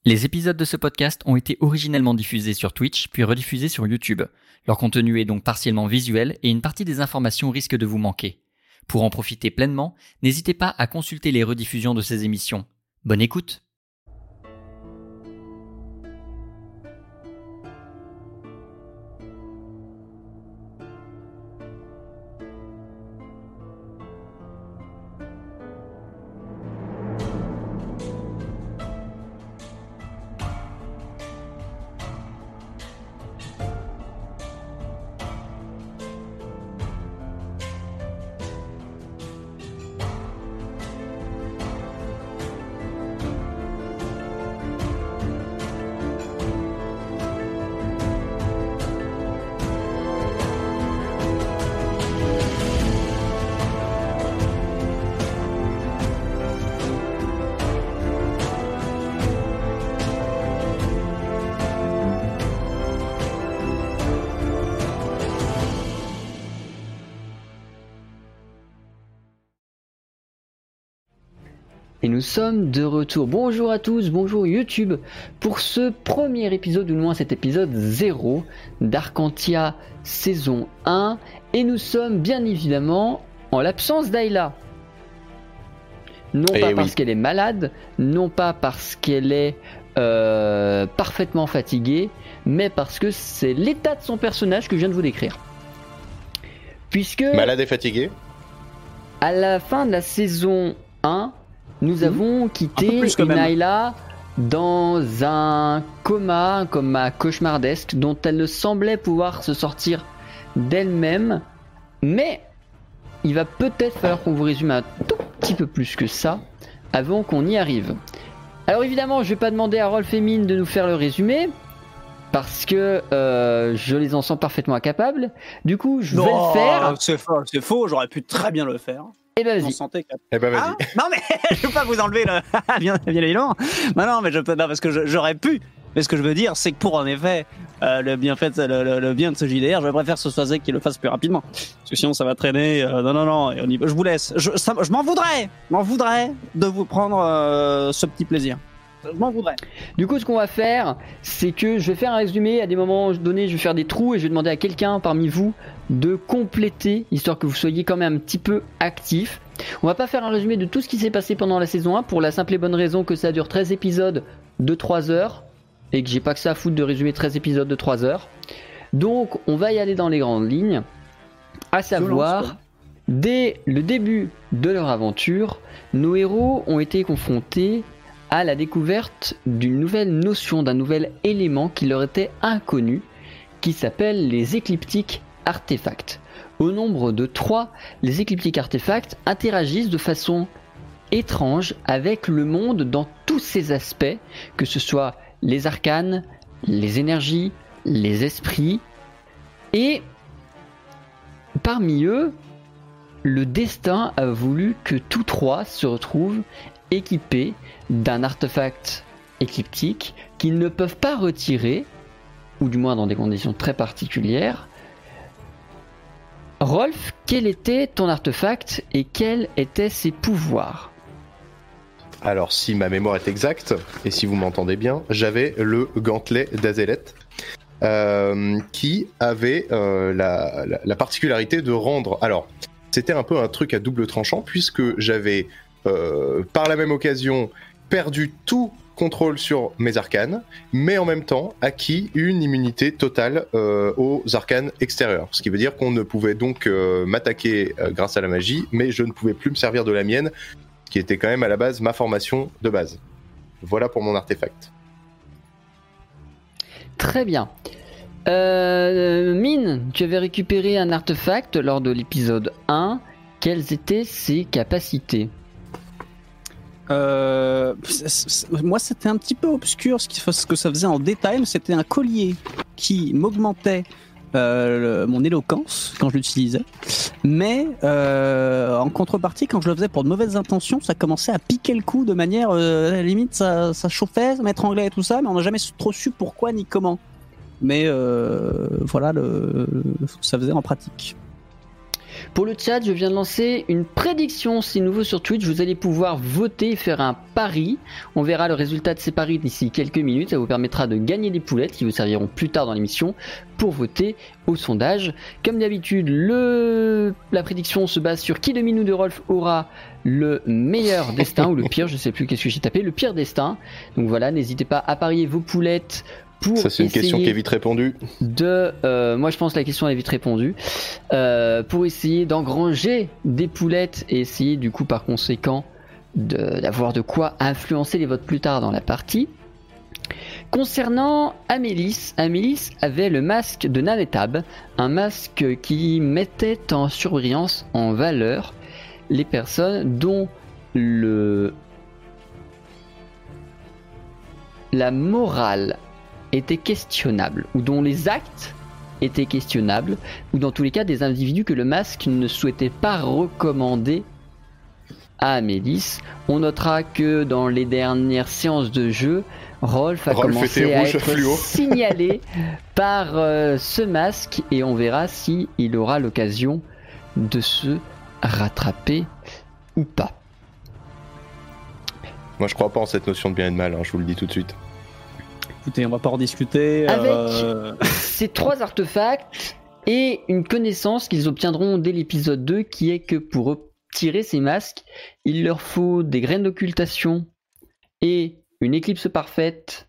Les épisodes de ce podcast ont été originellement diffusés sur Twitch, puis rediffusés sur YouTube. Leur contenu est donc partiellement visuel et une partie des informations risque de vous manquer. Pour en profiter pleinement, n'hésitez pas à consulter les rediffusions de ces émissions. Bonne écoute! Et nous sommes de retour. Bonjour à tous, bonjour YouTube, pour ce premier épisode, ou moins cet épisode 0 d'Arcantia saison 1. Et nous sommes bien évidemment en l'absence d'Ayla. Non pas parce qu'elle est malade, non pas parce qu'elle est parfaitement fatiguée, mais parce que c'est l'état de son personnage que je viens de vous décrire. Puisque... Malade et fatiguée. À la fin de la saison 1, nous avons quitté Ayla dans un coma cauchemardesque dont elle ne semblait pouvoir se sortir d'elle-même. Mais il va peut-être falloir qu'on vous résume un tout petit peu plus que ça avant qu'on y arrive. Alors évidemment, je ne vais pas demander à Rolf et Mine de nous faire le résumé parce que je les en sens parfaitement incapables. Du coup, je vais le faire. C'est faux, j'aurais pu très bien le faire. Eh ben vas-y. Vas-y. Ah, non mais je veux pas vous enlever le bien évidemment. Non mais non parce que j'aurais pu. Mais ce que je veux dire, c'est que pour en effet le bien de ce JDR, je préfère que ce soit Zek qui le fasse plus rapidement. Parce que sinon ça va traîner. Non. Et je vous laisse. Je m'en voudrais de vous prendre ce petit plaisir. Je m'en voudrais. Du coup, ce qu'on va faire, c'est que je vais faire un résumé. À des moments donnés, je vais faire des trous et je vais demander à quelqu'un parmi vous de compléter, histoire que vous soyez quand même un petit peu actifs. On va pas faire un résumé de tout ce qui s'est passé pendant la saison 1 pour la simple et bonne raison que ça dure 13 épisodes de 3 heures et que j'ai pas que ça à foutre de résumer 13 épisodes de 3 heures. Donc, on va y aller dans les grandes lignes, à savoir, dès le début de leur aventure, nos héros ont été confrontés à la découverte d'une nouvelle notion, d'un nouvel élément qui leur était inconnu, qui s'appelle les écliptiques artefacts. Au nombre de 3, les écliptiques artefacts interagissent de façon étrange avec le monde dans tous ses aspects, que ce soit les arcanes, les énergies, les esprits, et parmi eux, le destin a voulu que tous 3 se retrouvent équipés d'un artefact écliptique qu'ils ne peuvent pas retirer, ou du moins dans des conditions très particulières. Rolf, quel était ton artefact et quels étaient ses pouvoirs ? Alors, si ma mémoire est exacte, et si vous m'entendez bien, j'avais le gantelet d'Azelet, qui avait la particularité de rendre... Alors, c'était un peu un truc à double tranchant, puisque j'avais, par la même occasion, perdu tout contrôle sur mes arcanes, mais en même temps acquis une immunité totale aux arcanes extérieurs. Ce qui veut dire qu'on ne pouvait donc m'attaquer grâce à la magie, mais je ne pouvais plus me servir de la mienne, qui était quand même à la base ma formation de base. Voilà pour mon artefact. Très bien. Mine, tu avais récupéré un artefact lors de l'épisode 1. Quelles étaient ses capacités ? Moi c'était un petit peu obscur ce que ça faisait en détail, mais c'était un collier qui m'augmentait mon éloquence quand je l'utilisais, mais en contrepartie quand je le faisais pour de mauvaises intentions, ça commençait à piquer le coup de manière à la limite ça chauffait, ça m'étranglait et tout ça, mais on n'a jamais trop su pourquoi ni comment, mais voilà ce que ça faisait en pratique. Pour le chat, je viens de lancer une prédiction. C'est nouveau sur Twitch. Vous allez pouvoir voter et faire un pari. On verra le résultat de ces paris d'ici quelques minutes. Ça vous permettra de gagner des poulettes qui vous serviront plus tard dans l'émission pour voter au sondage. Comme d'habitude, la prédiction se base sur qui de Minou de Rolf aura le meilleur destin ou le pire. Je sais plus qu'est-ce que j'ai tapé. Le pire destin. Donc voilà, n'hésitez pas à parier vos poulettes. Ça, c'est une question qui est vite répondue. Moi, je pense que la question est vite répondue. Pour essayer d'engranger des poulettes et essayer, du coup, par conséquent, d'avoir de quoi influencer les votes plus tard dans la partie. Concernant Amélis avait le masque de Nanetab, un masque qui mettait en surbrillance, en valeur, les personnes dont la morale était questionnable, ou dont les actes étaient questionnables, ou dans tous les cas des individus que le masque ne souhaitait pas recommander à Amélis. On notera que dans les dernières séances de jeu, Rolf a commencé à être signalé par ce masque, et on verra si il aura l'occasion de se rattraper ou pas. Moi je crois pas en cette notion de bien et de mal, je vous le dis tout de suite. Écoutez, on va pas en discuter. Avec ces 3 artefacts et une connaissance qu'ils obtiendront dès l'épisode 2, qui est que pour obtirer ces masques, il leur faut des graines d'occultation et une éclipse parfaite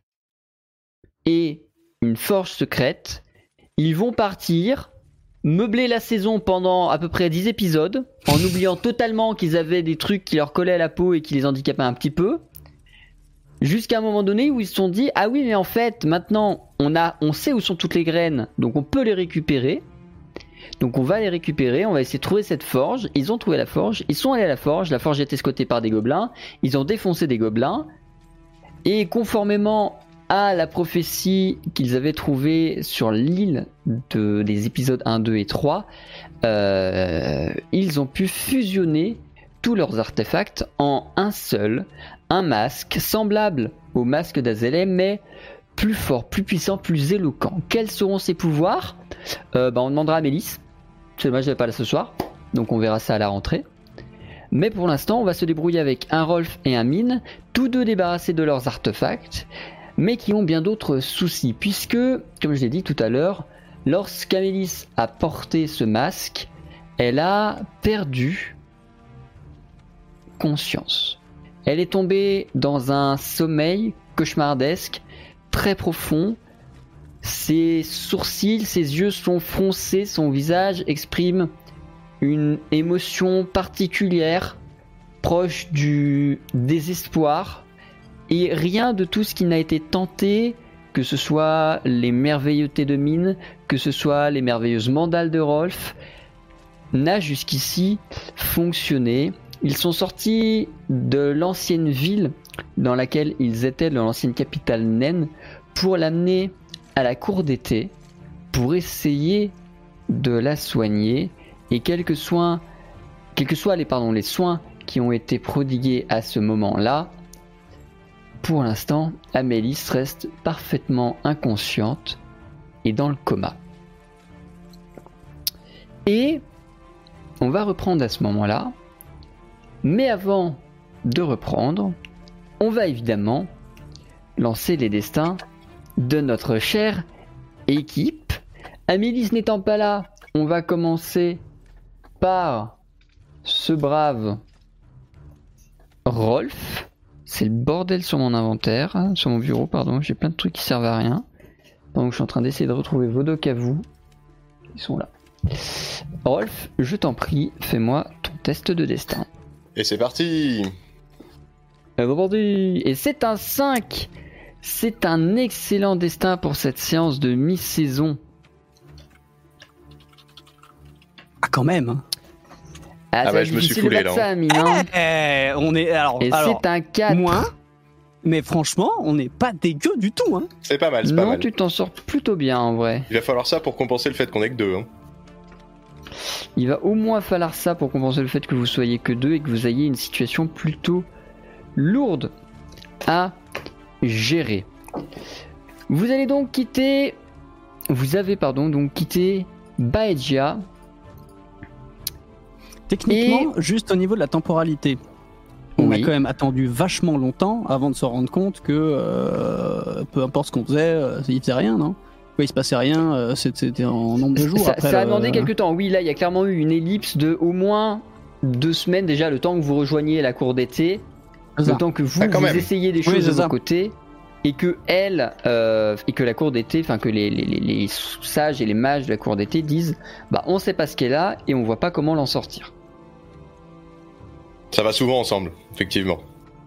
et une forge secrète. Ils vont partir, meubler la saison pendant à peu près 10 épisodes, en oubliant totalement qu'ils avaient des trucs qui leur collaient à la peau et qui les handicapaient un petit peu. Jusqu'à un moment donné où ils se sont dit ah oui mais en fait maintenant on sait où sont toutes les graines, donc on peut les récupérer, donc on va les récupérer, on va essayer de trouver cette forge. Ils ont trouvé la forge, ils sont allés à la forge était escortée par des gobelins, ils ont défoncé des gobelins, et conformément à la prophétie qu'ils avaient trouvée sur l'île des épisodes 1, 2 et 3, ils ont pu fusionner tous leurs artefacts en un seul, un masque semblable au masque d'Azelem, mais plus fort, plus puissant, plus éloquent. Quels seront ses pouvoirs ? On demandera à Mélis. C'est dommage, je vais pas là ce soir, donc on verra ça à la rentrée. Mais pour l'instant, on va se débrouiller avec un Rolf et un Mine, tous deux débarrassés de leurs artefacts, mais qui ont bien d'autres soucis, puisque, comme je l'ai dit tout à l'heure, lorsqu'Amélis a porté ce masque, elle a perdu conscience. Elle est tombée dans un sommeil cauchemardesque, très profond. Ses sourcils, ses yeux sont froncés, son visage exprime une émotion particulière, proche du désespoir, et rien de tout ce qui n'a été tenté, que ce soit les merveilleutés de Mine, que ce soit les merveilleuses mandales de Rolf, n'a jusqu'ici fonctionné. Ils sont sortis de l'ancienne ville dans laquelle ils étaient, dans l'ancienne capitale naine, pour l'amener à la cour d'été, pour essayer de la soigner, et quels que soient les soins qui ont été prodigués à ce moment-là, pour l'instant, Amélis reste parfaitement inconsciente et dans le coma. Et on va reprendre à ce moment-là, mais avant de reprendre, on va évidemment lancer les destins de notre chère équipe. Amélis n'étant pas là, on va commencer par ce brave Rolf. C'est le bordel sur mon inventaire, sur mon bureau, pardon. J'ai plein de trucs qui servent à rien. Donc je suis en train d'essayer de retrouver vos docs à vous. Ils sont là. Rolf, je t'en prie, fais-moi ton test de destin. Et c'est parti. Et c'est un 5. C'est un excellent destin pour cette séance de mi-saison. Ah quand même. Je me suis foulé là. On est alors. C'est un 4. Moins. Mais franchement, on n'est pas dégueu du tout. Hein. C'est pas mal, c'est pas mal. Non, tu t'en sors plutôt bien en vrai. Il va falloir ça pour compenser le fait qu'on est que 2. Hein. Il va au moins falloir ça pour compenser le fait que vous soyez que 2 et que vous ayez une situation plutôt lourde à gérer. Vous avez donc quitté Baegia Techniquement, juste au niveau de la temporalité, on a Oui. quand même attendu vachement longtemps avant de se rendre compte que peu importe ce qu'on faisait, il faisait rien, non? Il se passait rien, c'était en nombre de jours. Ça, après ça a le- demandé quelques temps. Oui, là, il y a clairement eu une ellipse de au moins 2 semaines déjà, le temps que vous rejoigniez la cour d'été, C'est le ça. temps que vous, Ah, quand vous même. essayiez des Oui, choses c'est de ça. vos côtés, et que elle, et que la cour d'été, enfin que les sages et les mages de la cour d'été disent, bah on sait pas ce qu'elle a et on voit pas comment l'en sortir. Ça va souvent ensemble, effectivement.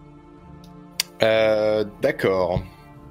D'accord.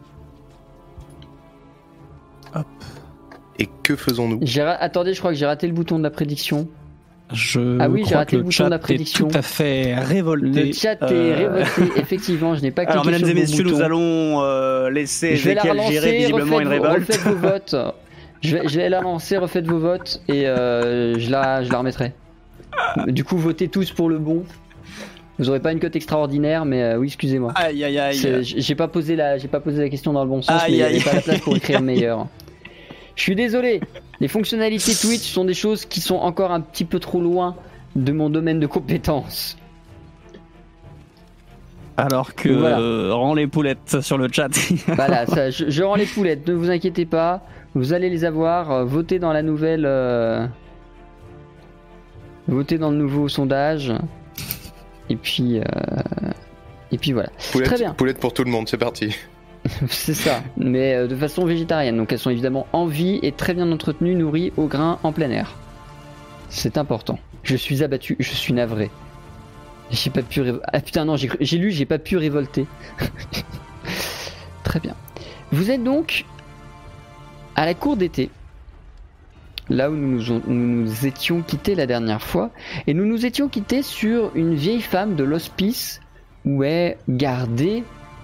Hop. Et que faisons-nous? Attendez, je crois que j'ai raté le bouton de la prédiction. Je Ah oui, j'ai crois raté que le bouton de la chat est prédiction. tout à fait révolté. Le chat est révolté, effectivement, je n'ai pas cliqué Alors, mesdames sur et le messieurs, bouton. nous allons laisser Je vais la Ezekiel gérer relancer, visiblement une révolte. refaites vos votes. Je vais la relancer, refaites vos votes et je la remettrai. Du coup, votez tous pour le bon. Vous aurez pas une cote extraordinaire, mais oui, excusez-moi. Aïe aïe aïe. J'ai pas posé la question dans le bon sens, Aïe, mais il n'y aïe, avait pas la place pour aïe, écrire aïe. meilleur. Je suis désolé. Les fonctionnalités Twitch sont des choses qui sont encore un petit peu trop loin de mon domaine de compétences. Alors que Voilà. rend les poulettes sur le chat. Voilà, ça, je rends les poulettes, ne vous inquiétez pas, vous allez les avoir. Votez dans la nouvelle. Votez dans le nouveau sondage. Et puis voilà. Poulette, Très bien. poulette pour tout le monde, c'est parti. C'est ça, mais de façon végétarienne. Donc elles sont évidemment en vie et très bien entretenues, nourries au grain en plein air. C'est important. Je suis abattu, je suis navré. J'ai pas pu Ah putain non, j'ai lu, j'ai pas pu révolter. Très bien. Vous êtes donc à la cour d'été. Là où nous nous étions quittés la dernière fois. Et nous nous étions quittés sur une vieille femme de l'hospice où est gardée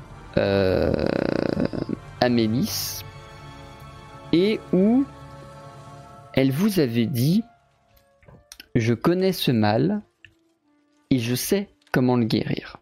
Amélis. Et où elle vous avait dit: je connais ce mal et je sais comment le guérir.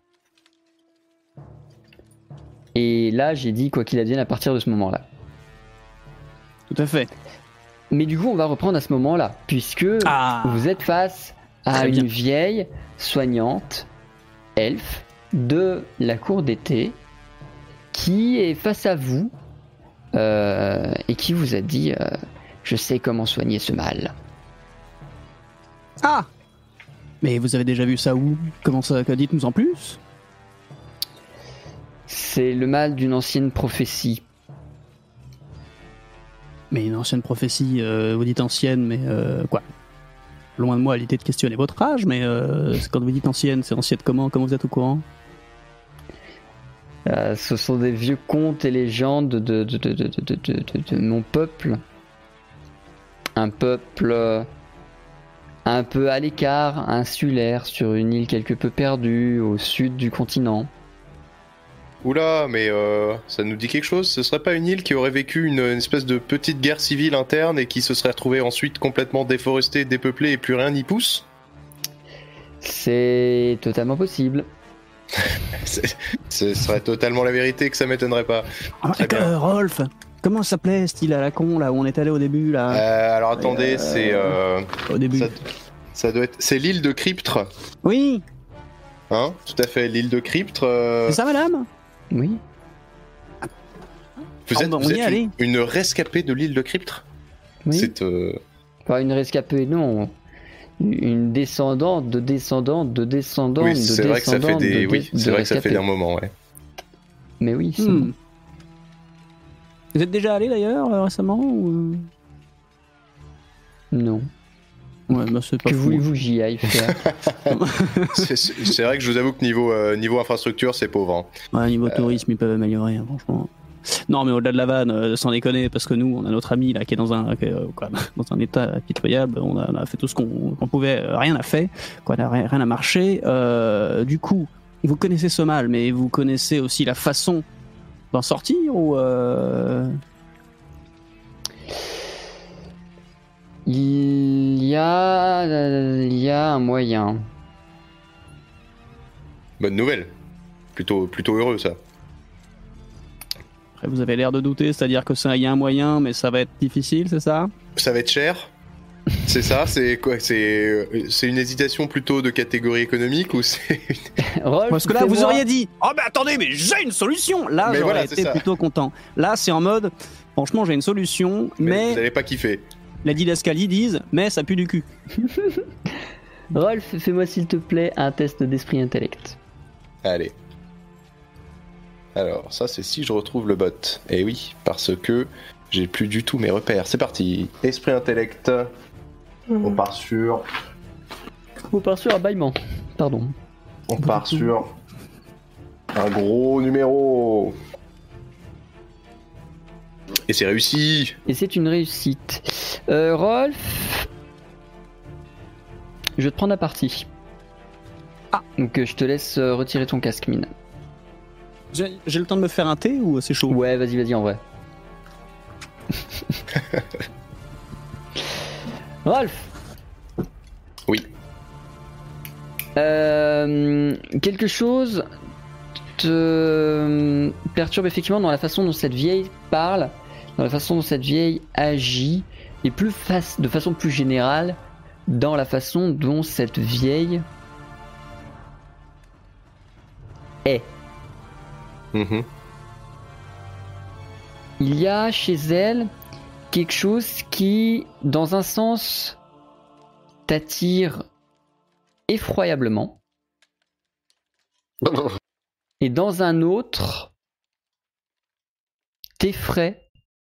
Et là, j'ai dit quoi qu'il advienne à partir de ce moment-là. Tout à fait. Mais du coup, on va reprendre à ce moment-là, puisque Ah. vous êtes face à Très bien. une vieille soignante, elfe, de la cour d'été, qui est face à vous et qui vous a dit je sais comment soigner ce mal. Ah. Mais vous avez déjà vu ça où? Comment ça? Dites-nous en plus. C'est le mal d'une ancienne prophétie. Mais une ancienne prophétie, vous dites ancienne, mais quoi? Loin de moi l'idée de questionner votre âge, mais quand vous dites ancienne, c'est ancienne comment? Comment vous êtes au courant? Ce sont des vieux contes et légendes de mon peuple. Un peuple un peu à l'écart, insulaire, sur une île quelque peu perdue, au sud du continent. Oula, mais ça nous dit quelque chose? Ce serait pas une île qui aurait vécu une espèce de petite guerre civile interne et qui se serait retrouvée ensuite complètement déforestée, dépeuplée et plus rien n'y pousse? C'est totalement possible. Ce serait totalement la vérité, que ça m'étonnerait pas. Très bien. Rolf, comment ça s'appelait ce style à la con là où on est allé au début là? Alors attendez, c'est Au début. ça doit être, c'est l'île de Cryptre, Oui, hein? Tout à fait, l'île de Cryptre. c'est ça madame? Oui. Vous êtes, on vous y est êtes allé. une rescapée de l'île de Cryptre? Oui. C'est Pas une rescapée, non. Une descendante de descendante de descendante oui, de c'est vrai que ça fait descendante des, de oui, de c'est vrai que ça fait rescapés. un moment, ouais. Mais oui, c'est Hmm. Vous êtes déjà allé d'ailleurs récemment ou... non. Ouais, bah c'est pas Que fou. voulez-vous que j'y aille faire? C'est vrai que je vous avoue que niveau infrastructure, c'est pauvre. Hein. Ouais, niveau tourisme, ils peuvent améliorer, hein, franchement. Non, mais au-delà de la vanne, sans déconner, parce que nous, on a notre ami là qui est dans un état pitoyable. On a fait tout ce qu'on pouvait, rien n'a fait, quoi, rien n'a marché. Du coup, vous connaissez ce mal, mais vous connaissez aussi la façon d'en sortir ou Il y a un moyen. Bonne nouvelle. Plutôt heureux, ça. Après, vous avez l'air de douter, c'est-à-dire que ça, il y a un moyen, mais ça va être difficile, c'est ça? Ça va être cher. C'est ça, c'est quoi? C'est une hésitation plutôt de catégorie économique ou c'est... Rolf, Parce que là, fais-moi- vous auriez dit « Oh, mais attendez, mais j'ai une solution !» Là, Mais j'aurais voilà, c'est été ça. plutôt content. Là, c'est en mode « Franchement, j'ai une solution, Mais vous mais n'allez pas kiffer. les didascalies disent « Mais ça pue du cul. Rolf, fais-moi s'il te plaît un test d'esprit intellect. Allez. Alors, ça c'est si je retrouve le bot. Et oui, parce que j'ai plus du tout mes repères. C'est parti. Esprit intellect. On part sur... On part sur un bâillement. Pardon. On part sur... un gros numéro. Et c'est réussi. Et c'est une réussite. Rolf, je vais te prendre la partie. Ah. Donc je te laisse retirer ton casque, mine. J'ai le temps de me faire un thé ou c'est chaud? Ouais, vas-y, en vrai. Rolf. Oui. Quelque chose te perturbe effectivement dans la façon dont cette vieille parle, dans la façon dont cette vieille agit, et de façon plus générale, dans la façon dont cette vieille est. Mhm. Il y a chez elle quelque chose qui, dans un sens, t'attire effroyablement, et dans un autre, t'effraie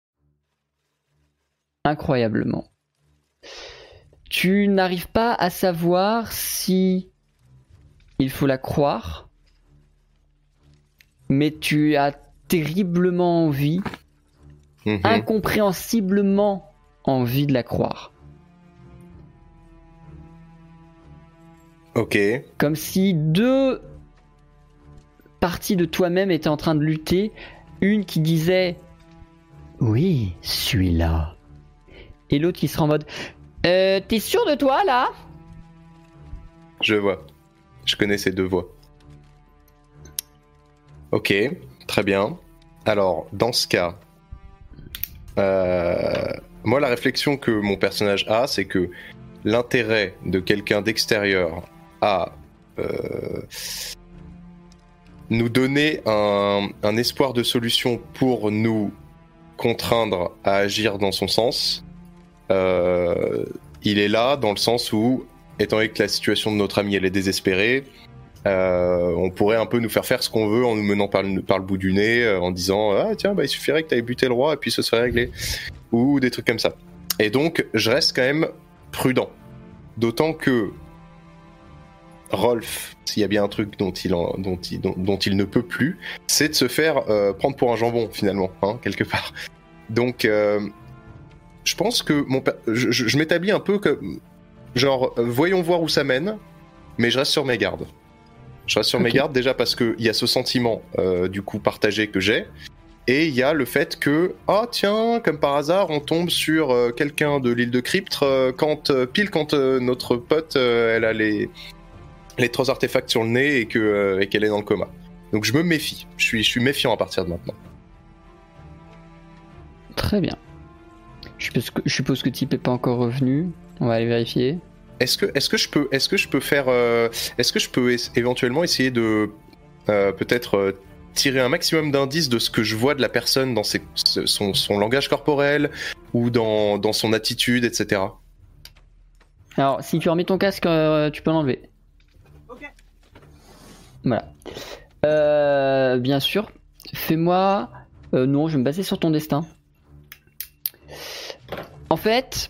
incroyablement. Tu n'arrives pas à savoir si il faut la croire, mais tu as terriblement envie, Mhm. incompréhensiblement envie de la croire. Ok. Comme si deux parties de toi-même étaient en train de lutter. Une qui disait « Oui, celui-là ». Et l'autre qui sera en mode « T'es sûr de toi, là ?» Je vois. Je connais ces deux voix. Ok, très bien. Alors, dans ce cas, moi, la réflexion que mon personnage a, c'est que l'intérêt de quelqu'un d'extérieur à nous donner un espoir de solution pour nous contraindre à agir dans son sens, il est là dans le sens où, étant donné que la situation de notre ami elle est désespérée, on pourrait un peu nous faire ce qu'on veut en nous menant par le bout du nez, en disant ah tiens bah il suffirait que tu aies buté le roi et puis ce serait réglé, ou des trucs comme ça. Et donc je reste quand même prudent, d'autant que Rolf, s'il y a bien un truc dont il ne peut plus, c'est de se faire prendre pour un jambon finalement, hein, quelque part. Donc je pense que je m'établis un peu comme genre voyons voir où ça mène, mais je reste sur mes gardes. Je reste sur mes gardes déjà parce qu'il y a ce sentiment du coup partagé que j'ai, et il y a le fait que ah tiens comme par hasard on tombe sur quelqu'un de l'île de Crypte quand notre pote elle a les 3 artefacts sur le nez et qu'elle est dans le coma. Donc je me méfie, je suis méfiant à partir de maintenant. Très bien. Je suppose que Type est pas encore revenu. On va aller vérifier. Est-ce que je peux éventuellement essayer de peut-être tirer un maximum d'indices de ce que je vois de la personne dans son langage corporel ou dans son attitude, etc. Alors, si tu remets ton casque, tu peux l'enlever. Ok. Voilà. Bien sûr. Fais-moi... non, je vais me baser sur ton destin. En fait...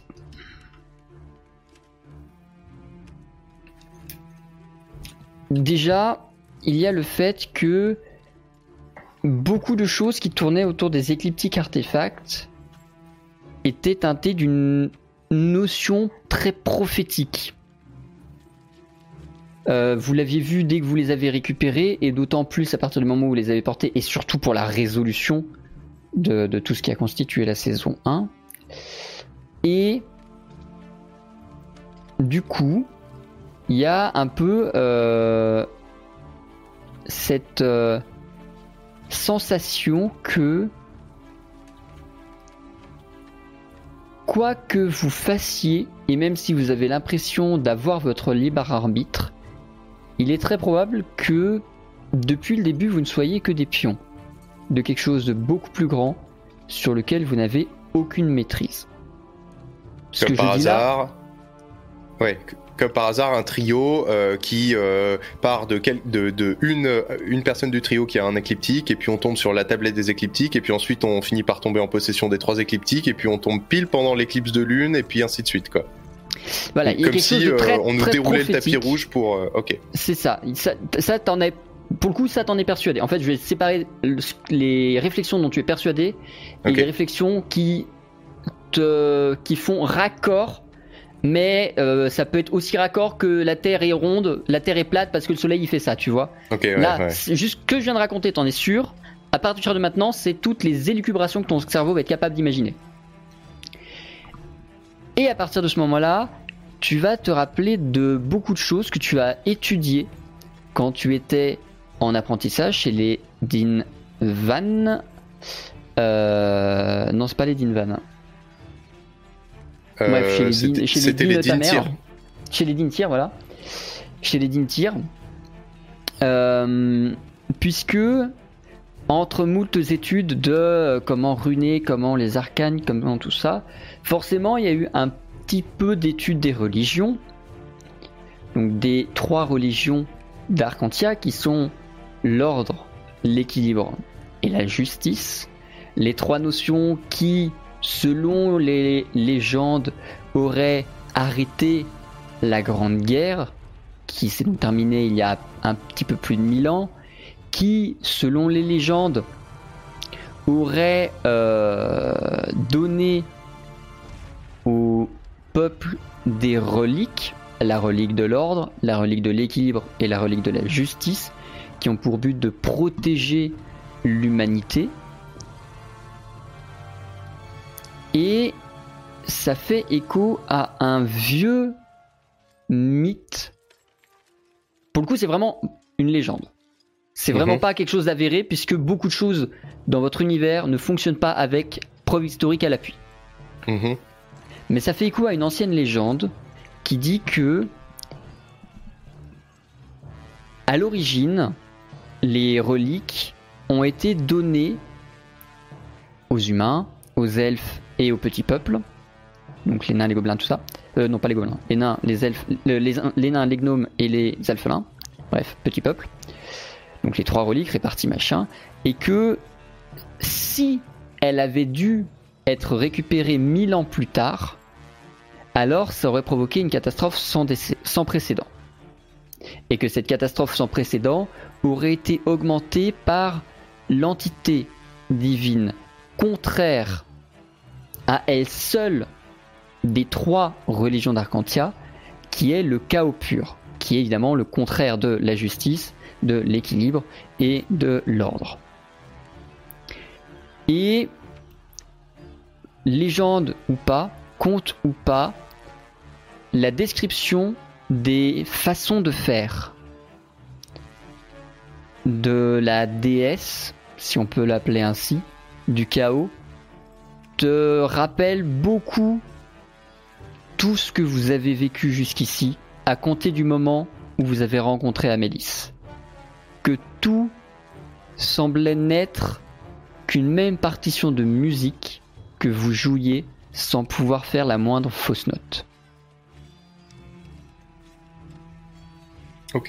Déjà, il y a le fait que beaucoup de choses qui tournaient autour des écliptiques artefacts étaient teintées d'une notion très prophétique. Vous l'aviez vu dès que vous les avez récupérés, et d'autant plus à partir du moment où vous les avez portés, et surtout pour la résolution de tout ce qui a constitué la saison 1. Et du coup, il y a un peu cette sensation que quoi que vous fassiez, et même si vous avez l'impression d'avoir votre libre arbitre, il est très probable que depuis le début vous ne soyez que des pions de quelque chose de beaucoup plus grand sur lequel vous n'avez aucune maîtrise. Comme par hasard, comme par hasard, un trio qui part de une personne du trio qui a un écliptique, et puis on tombe sur la tablette des écliptiques, et puis ensuite on finit par tomber en possession des 3 écliptiques, et puis on tombe pile pendant l'éclipse de lune, et puis ainsi de suite, quoi. Voilà, il y a comme quelque chose si de très, on nous très déroulait prophétique. le tapis rouge pour. Ok. C'est ça. Ça t'en est. Pour le coup, ça t'en est persuadé. En fait, je vais séparer les réflexions dont tu es persuadé et les réflexions qui font raccord. Mais ça peut être aussi raccord que la Terre est ronde, la Terre est plate parce que le Soleil il fait ça, tu vois. Là, c'est juste ce que je viens de raconter, t'en es sûr. À partir de maintenant, c'est toutes les élucubrations que ton cerveau va être capable d'imaginer. Et à partir de ce moment-là, tu vas te rappeler de beaucoup de choses que tu as étudiées quand tu étais en apprentissage chez les Dinvan. Non, c'est pas les Dinvan. Bref, chez les Dintir. Chez les Dintir, voilà. Chez les Dintir. Puisque, entre moultes études de comment runer, comment les arcanes, comment tout ça, forcément, il y a eu un petit peu d'études des religions. Donc, des 3 religions d'Arcantia qui sont l'ordre, l'équilibre et la justice. Les 3 notions qui, selon les légendes, auraient arrêté la Grande Guerre, qui s'est donc terminée il y a un petit peu plus de 1000 ans, qui, selon les légendes, aurait donné au peuple des reliques, la relique de l'ordre, la relique de l'équilibre et la relique de la justice, qui ont pour but de protéger l'humanité. Et ça fait écho à un vieux mythe. Pour le coup, c'est vraiment une légende. C'est vraiment pas quelque chose d'avéré, puisque beaucoup de choses dans votre univers ne fonctionnent pas avec preuve historique à l'appui. Mais ça fait écho à une ancienne légende qui dit que, à l'origine, les reliques ont été données aux humains, aux elfes et aux petits peuples, donc les nains, les gobelins, tout ça. Non, pas les gobelins, les nains, les elfes, les nains, les gnomes et les elfelins. Bref, petits peuples. Donc les 3 reliques réparties machin, et que si elle avait dû être récupérée 1000 ans plus tard, alors ça aurait provoqué une catastrophe sans précédent. Et que cette catastrophe sans précédent aurait été augmentée par l'entité divine contraire à elle seule des 3 religions d'Arcantia, qui est le chaos pur, qui est évidemment le contraire de la justice, de l'équilibre et de l'ordre. Et légende ou pas, conte ou pas, la description des façons de faire de la déesse, si on peut l'appeler ainsi, du chaos, te rappelle beaucoup tout ce que vous avez vécu jusqu'ici, à compter du moment où vous avez rencontré Amélis. Que tout semblait n'être qu'une même partition de musique que vous jouiez sans pouvoir faire la moindre fausse note. Ok.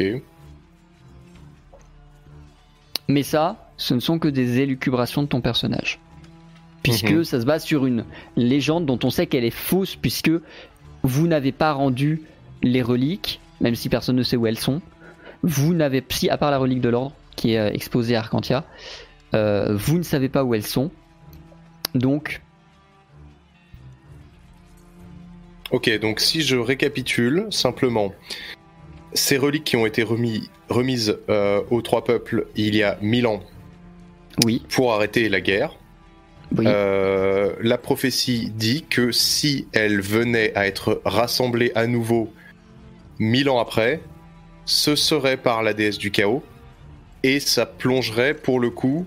Mais ça, ce ne sont que des élucubrations de ton personnage. Puisque ça se base sur une légende dont on sait qu'elle est fausse, puisque vous n'avez pas rendu les reliques, même si personne ne sait où elles sont. Vous n'avez, si à part la relique de l'ordre, qui est exposée à Arcantia, vous ne savez pas où elles sont. Donc... Ok, donc si je récapitule, simplement, ces reliques qui ont été remises aux 3 peuples il y a 1000 ans, oui, pour arrêter la guerre, oui. La prophétie dit que si elles venaient à être rassemblées à nouveau 1000 ans après, ce serait par la déesse du chaos, et ça plongerait pour le coup,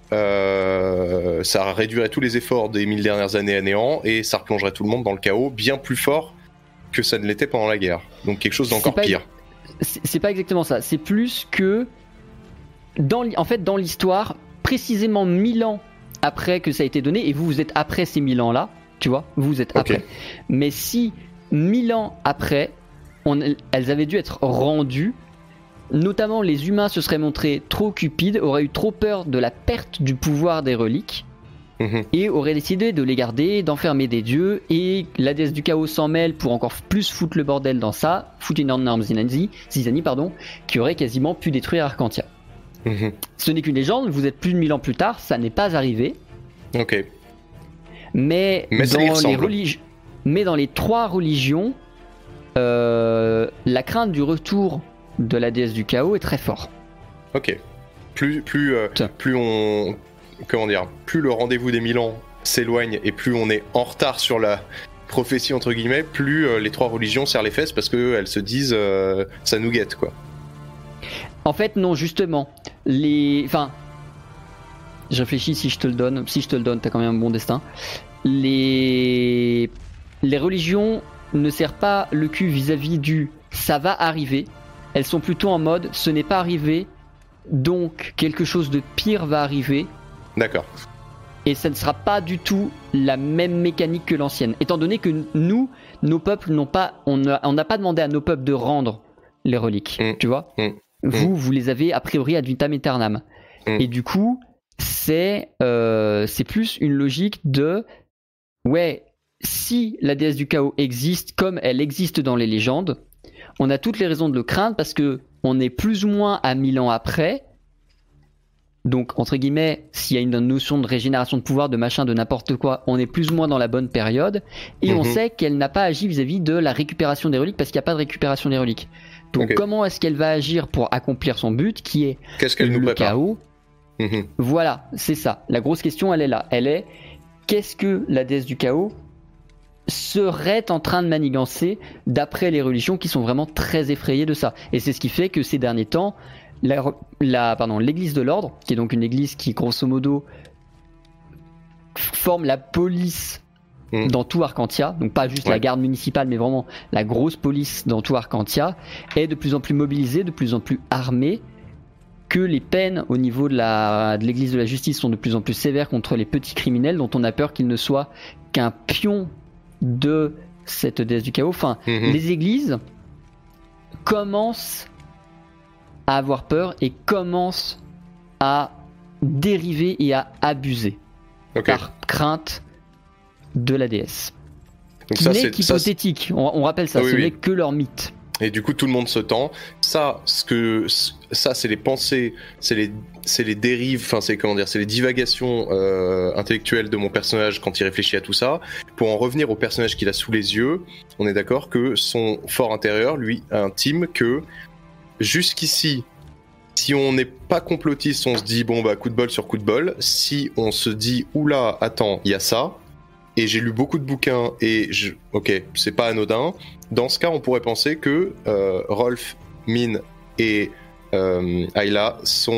ça réduirait tous les efforts des 1000 dernières années à néant, et ça replongerait tout le monde dans le chaos bien plus fort que ça ne l'était pendant la guerre. Donc quelque chose d'encore pire. C'est pas exactement ça. C'est plus que dans l'histoire, précisément 1000 ans après que ça a été donné, et vous êtes après ces 1000 ans-là, tu vois, vous êtes après. Mais si 1000 ans après, elles avaient dû être rendues, notamment les humains se seraient montrés trop cupides, auraient eu trop peur de la perte du pouvoir des reliques, et auraient décidé de les garder, d'enfermer des dieux, et la déesse du chaos s'en mêle pour encore plus foutre le bordel dans ça, foutre une énorme zizanie, qui aurait quasiment pu détruire Arcantia. Ce n'est qu'une légende, vous êtes plus de 1000 ans plus tard, ça n'est pas arrivé. Ok. Mais dans les 3 religions, la crainte du retour de la déesse du chaos est très fort. Ok. Plus on... Comment dire, plus le rendez-vous des 1000 ans s'éloigne et plus on est en retard sur la prophétie entre guillemets, plus les 3 religions serrent les fesses parce qu'elles se disent ça nous guette quoi. En fait non, justement, je réfléchis si je te le donne, t'as quand même un bon destin. Les religions ne serrent pas le cul vis-à-vis du ça va arriver, elles sont plutôt en mode ce n'est pas arrivé, donc quelque chose de pire va arriver. D'accord. Et ça ne sera pas du tout la même mécanique que l'ancienne. Étant donné que nous, nos peuples on n'a pas demandé à nos peuples de rendre les reliques, tu vois. Vous les avez a priori ad vitam aeternam. Et du coup, c'est plus une logique de si la déesse du chaos existe comme elle existe dans les légendes, on a toutes les raisons de le craindre parce que on est plus ou moins à 1000 ans après. Donc, entre guillemets, s'il y a une notion de régénération de pouvoir, de machin, de n'importe quoi, on est plus ou moins dans la bonne période. Et on sait qu'elle n'a pas agi vis-à-vis de la récupération des reliques parce qu'il n'y a pas de récupération des reliques. Donc, comment est-ce qu'elle va agir pour accomplir son but qui est le chaos ? Voilà, c'est ça. La grosse question, elle est là. Elle est, qu'est-ce que la déesse du chaos serait en train de manigancer d'après les religions qui sont vraiment très effrayées de ça ? Et c'est ce qui fait que ces derniers temps, l'église de l'ordre, qui est donc une église qui grosso modo forme la police dans tout Arcantia, donc pas juste la garde municipale mais vraiment la grosse police dans tout Arcantia, est de plus en plus mobilisée, de plus en plus armée, que les peines au niveau de l'église de la justice sont de plus en plus sévères contre les petits criminels dont on a peur qu'ils ne soient qu'un pion de cette déesse du chaos. Enfin, les églises commencent à avoir peur et commence à dériver et à abuser par crainte de la déesse. Donc qui n'est qu'hypothétique, on rappelle ça, ce n'est que leur mythe. Et du coup tout le monde se tend. Ça c'est les pensées, c'est les dérives, enfin c'est les divagations intellectuelles de mon personnage quand il réfléchit à tout ça. Pour en revenir au personnage qu'il a sous les yeux, on est d'accord que son fort intérieur lui intime que jusqu'ici, si on n'est pas complotiste, on se dit bon bah coup de bol sur coup de bol. Si on se dit oula, attends, il y a ça, et j'ai lu beaucoup de bouquins et c'est pas anodin. Dans ce cas, on pourrait penser que Rolf, Min et Ayla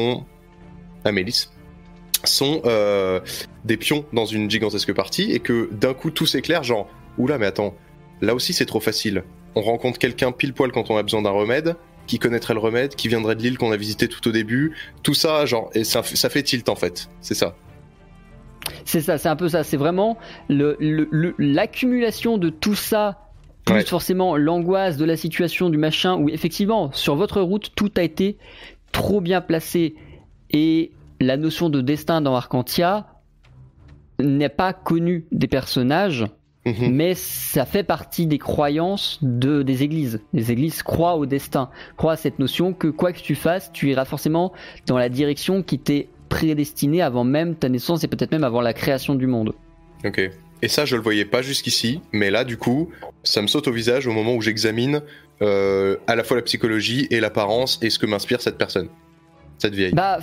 Amélis sont des pions dans une gigantesque partie et que d'un coup tout s'éclaire, genre oula mais attends, là aussi c'est trop facile. On rencontre quelqu'un pile poil quand on a besoin d'un remède, qui connaîtrait le remède, qui viendrait de l'île qu'on a visité tout au début, tout ça, genre, et ça fait tilt en fait, c'est ça. C'est ça, c'est un peu ça, c'est vraiment l'accumulation de tout ça, plus forcément l'angoisse de la situation, du machin, où effectivement, sur votre route, tout a été trop bien placé, et la notion de destin dans Arcantia n'est pas connue des personnages, mais ça fait partie des croyances des églises. Les églises croient au destin, croient à cette notion que quoi que tu fasses, tu iras forcément dans la direction qui t'est prédestinée avant même ta naissance et peut-être même avant la création du monde. Ok. Et ça, je le voyais pas jusqu'ici, mais là, du coup, ça me saute au visage au moment où j'examine à la fois la psychologie et l'apparence et ce que m'inspire cette personne, cette vieille. Bah,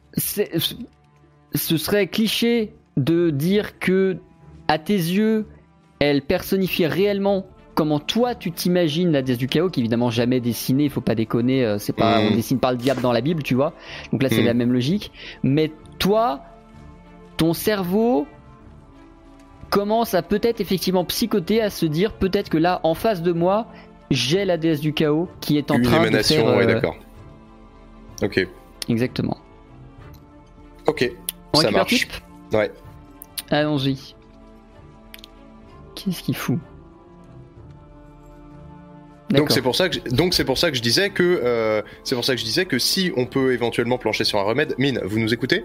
ce serait cliché de dire que, à tes yeux, elle personnifie réellement comment toi tu t'imagines la déesse du chaos, qui est évidemment jamais dessinée, il faut pas déconner, c'est pas, on dessine pas le diable dans la Bible, tu vois. Donc là c'est la même logique. Mais toi, ton cerveau commence à peut-être effectivement psychoter, à se dire peut-être que là, en face de moi, j'ai la déesse du chaos qui est en Une train émanation, de faire... ouais, d'accord. Ok. Exactement. Ok, On ça récupère marche. type Ouais. Allons-y. Qu'est-ce qu'il fout? Donc c'est pour ça que je disais que si on peut éventuellement plancher sur un remède. Mine, vous nous écoutez?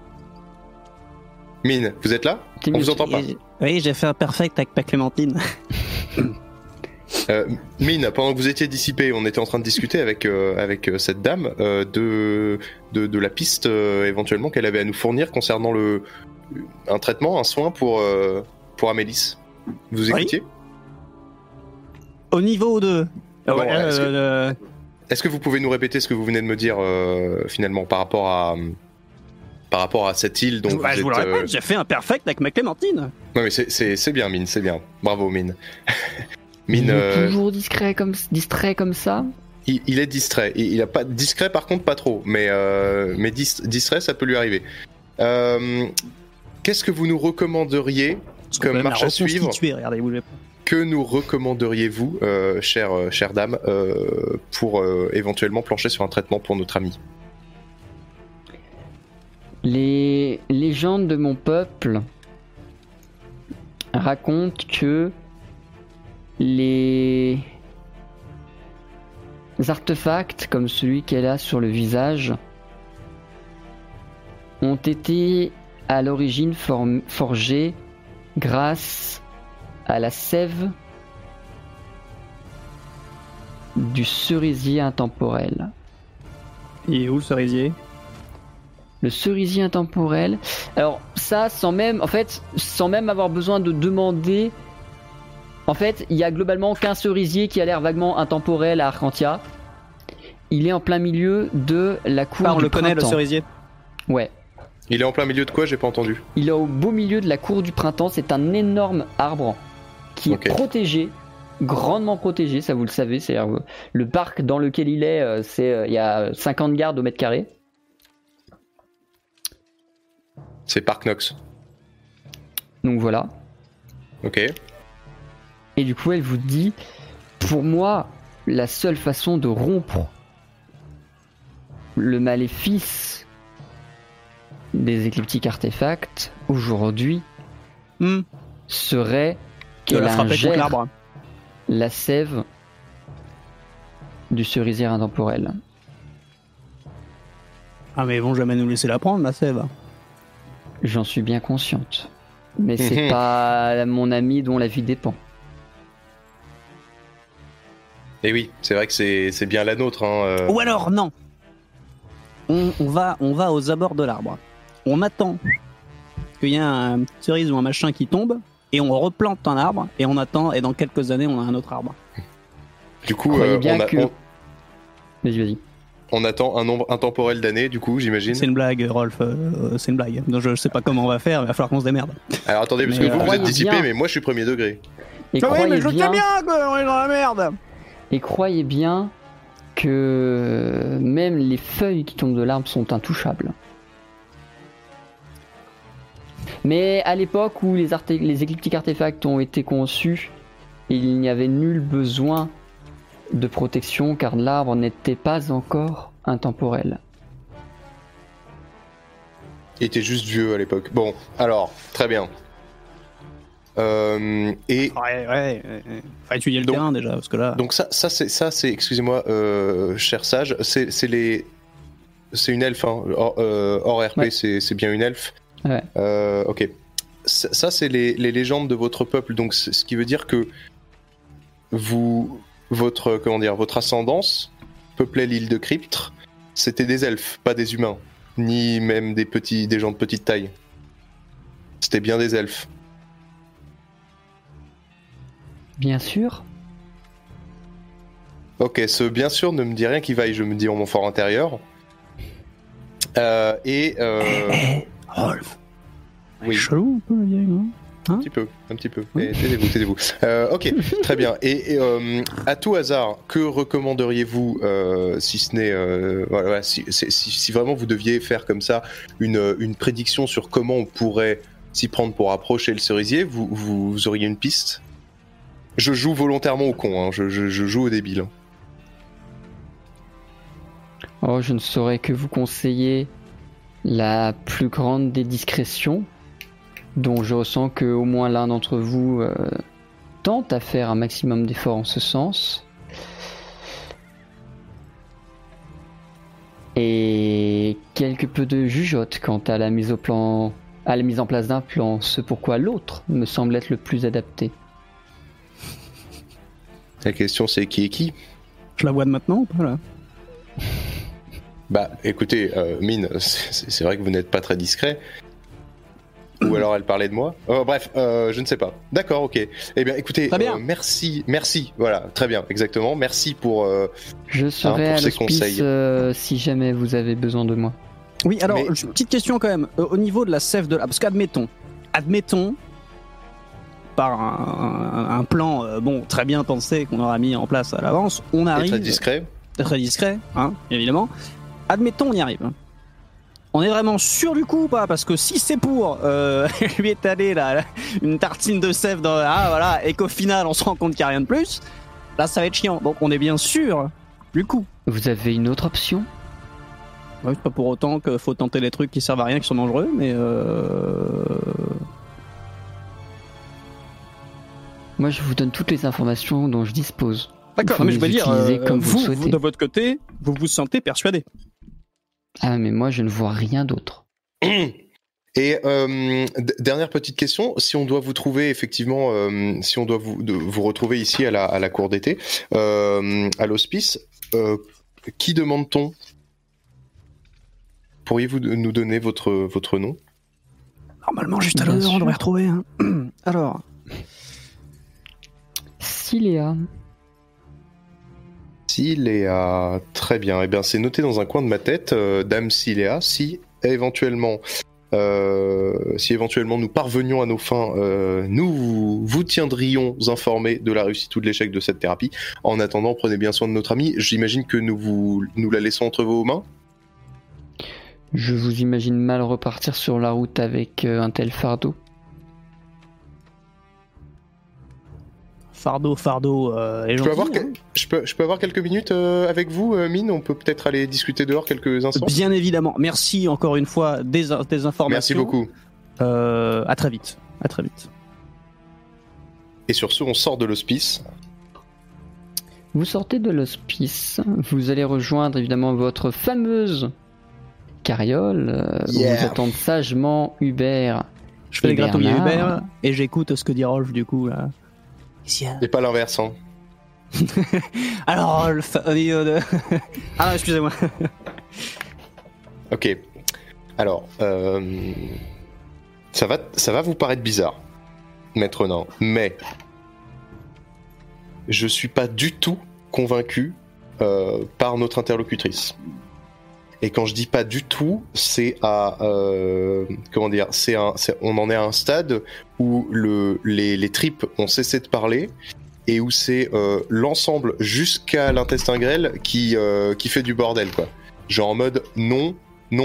Mine, vous êtes là? T'es On mieux. vous entend pas. Oui, j'ai fait un perfect avec ma Clémentine. Mine, pendant que vous étiez dissipé, on était en train de discuter avec cette dame de la piste éventuellement qu'elle avait à nous fournir concernant un traitement, un soin pour Amélis. Vous Oui. écoutiez? Au niveau 2. Bon, est-ce que vous pouvez nous répéter ce que vous venez de me dire finalement par rapport à cette île dont je vous vous le êtes... répète, j'ai fait un perfect avec ma Clémentine. Non mais c'est bien Mine, c'est bien. Bravo Mine. Il Mine, est toujours distrait comme ça. il est distrait. Il a pas discret par contre pas trop, mais distrait ça peut lui arriver. Qu'est-ce que vous nous recommanderiez comme marche à suivre? Regardez, bougez pas. Que nous recommanderiez-vous, chère dame, pour éventuellement plancher sur un traitement pour notre ami? Les légendes de mon peuple racontent que les artefacts comme celui qu'elle a sur le visage ont été à l'origine forgés grâce à la sève du cerisier intemporel. Il est où le cerisier? Le cerisier intemporel. Alors ça, sans même avoir besoin de demander. En fait, il y a globalement qu'un cerisier qui a l'air vaguement intemporel à Arcantia. Il est en plein milieu de la cour On du le connaît, le printemps. cerisier. Ouais. Il est en plein milieu de quoi? J'ai pas entendu. Il est au beau milieu de la cour du printemps. C'est un énorme arbre qui Ok. est protégé, grandement protégé. Ça, vous le savez. C'est le parc dans lequel il est. Il y a 50 gardes au mètre carré. C'est Park Nox. Donc voilà. Ok. Et du coup, elle vous dit, pour moi, la seule façon de rompre le maléfice des écliptiques artefacts aujourd'hui serait De qu'elle la frapper contre ingère l'arbre. la sève du cerisier intemporel. Ah, mais ils vont jamais nous laisser la prendre, la sève. J'en suis bien consciente. Mais c'est pas mon ami dont la vie dépend. Et oui, c'est vrai que c'est bien la nôtre. Hein, Ou alors, non. On va aux abords de l'arbre. On attend qu'il y ait un cerise ou un machin qui tombe, et on replante un arbre, et on attend, et dans quelques années, on a un autre arbre. Du coup, Croyez bien que... Vas-y. on attend un nombre intemporel d'années, du coup, j'imagine. C'est une blague, Rolf, c'est une blague. Donc, je sais pas comment on va faire, il va falloir qu'on se démerde. Alors attendez, parce Mais que vous êtes croyez dissipé, bien. mais moi je suis premier degré. Et Ah oui, croyez mais je bien... sais bien qu'on est dans la merde. Et croyez bien que même les feuilles qui tombent de l'arbre sont intouchables. Mais à l'époque où les écliptiques artefacts ont été conçus, il n'y avait nul besoin de protection car l'arbre n'était pas encore intemporel. Il était juste vieux à l'époque. Bon, alors, très bien. Et Ouais. Faut étudier le Donc- terrain déjà, parce que là. donc ça c'est, excusez-moi, cher sage, c'est une elfe, hein. Hors RP, Ouais. c'est bien une elfe. Ouais. Ok. Ça c'est les légendes de votre peuple, donc ce qui veut dire que votre ascendance peuplait l'île de Cryptre, c'était des elfes, pas des humains, ni même des gens de petite taille. C'était bien des elfes. Bien sûr. Ok, ce bien sûr ne me dit rien qui vaille, je me dis en mon fort intérieur. Rolf. Oui. Chelou un peu, le vieil, non? Un petit peu. Oui. Mais taisez-vous. Ok, très bien. Et à tout hasard, que recommanderiez-vous, si ce n'est, si vraiment vous deviez faire comme ça une prédiction sur comment on pourrait s'y prendre pour approcher le cerisier, vous auriez une piste? Je joue volontairement au con, hein. Je joue au débile. Hein. Oh, je ne saurais que vous conseiller la plus grande des discrétions, dont je ressens que au moins l'un d'entre vous tente à faire un maximum d'efforts en ce sens. Et quelque peu de jugeote quant à la mise en place d'un plan, ce pourquoi l'autre me semble être le plus adapté. La question c'est qui est qui? Je la vois de maintenant ou pas là? Bah écoutez, Mine, c'est vrai que vous n'êtes pas très discret. Ou alors elle parlait de moi. Bref, je ne sais pas. D'accord, ok. Eh bien écoutez, merci, voilà, très bien, exactement. Merci pour je serai pour à ces conseils. Si jamais vous avez besoin de moi. Oui, alors, petite question quand même. Au niveau de la sève de... Parce qu'admettons, par un plan très bien pensé qu'on aura mis en place à l'avance, on arrive... Très discret, hein, évidemment. Admettons, on y arrive. On est vraiment sûr du coup ou pas? Parce que si c'est pour lui étaler une tartine de sève et qu'au final on se rend compte qu'il n'y a rien de plus, là ça va être chiant. Donc on est bien sûr du coup. Vous avez une autre option? Ouais, c'est pas pour autant qu'il faut tenter les trucs qui servent à rien, qui sont dangereux, mais moi je vous donne toutes les informations dont je dispose. D'accord, mais je veux dire, comme vous de votre côté, vous vous sentez persuadé? Ah mais moi je ne vois rien d'autre. Et dernière petite question, si on doit vous trouver effectivement, si on doit vous retrouver ici à la cour d'été, à l'hospice, qui demande-t-on? Pourriez-vous nous donner votre nom? Normalement juste à l'honneur on devrait retrouver. Hein. Alors, Siléa. Siléa, très bien. Eh bien, c'est noté dans un coin de ma tête, Dame Siléa. Si éventuellement nous parvenions à nos fins, nous vous tiendrions informés de la réussite ou de l'échec de cette thérapie. En attendant, prenez bien soin de notre amie. J'imagine que nous la laissons entre vos mains. Je vous imagine mal repartir sur la route avec un tel fardeau. Fardeau, et je peux avoir quelques minutes avec vous, Mine? On peut peut-être aller discuter dehors quelques instants? Bien évidemment. Merci encore une fois des informations. Merci beaucoup. À très vite. Et sur ce, on sort de l'hospice. Vous sortez de l'hospice. Vous allez rejoindre évidemment votre fameuse carriole. Où vous attendent sagement Hubert. Je fais les gratouilles à Hubert et j'écoute ce que dit Rolf du coup là. Et pas l'inverse, hein. Alors, ah, excusez-moi. Ok. Alors, ça va vous paraître bizarre, Maître Nain, mais je suis pas du tout convaincu par notre interlocutrice. Et quand je dis pas du tout, c'est à on en est à un stade où les tripes ont cessé de parler et où c'est l'ensemble jusqu'à l'intestin grêle qui fait du bordel, quoi. Genre en mode non.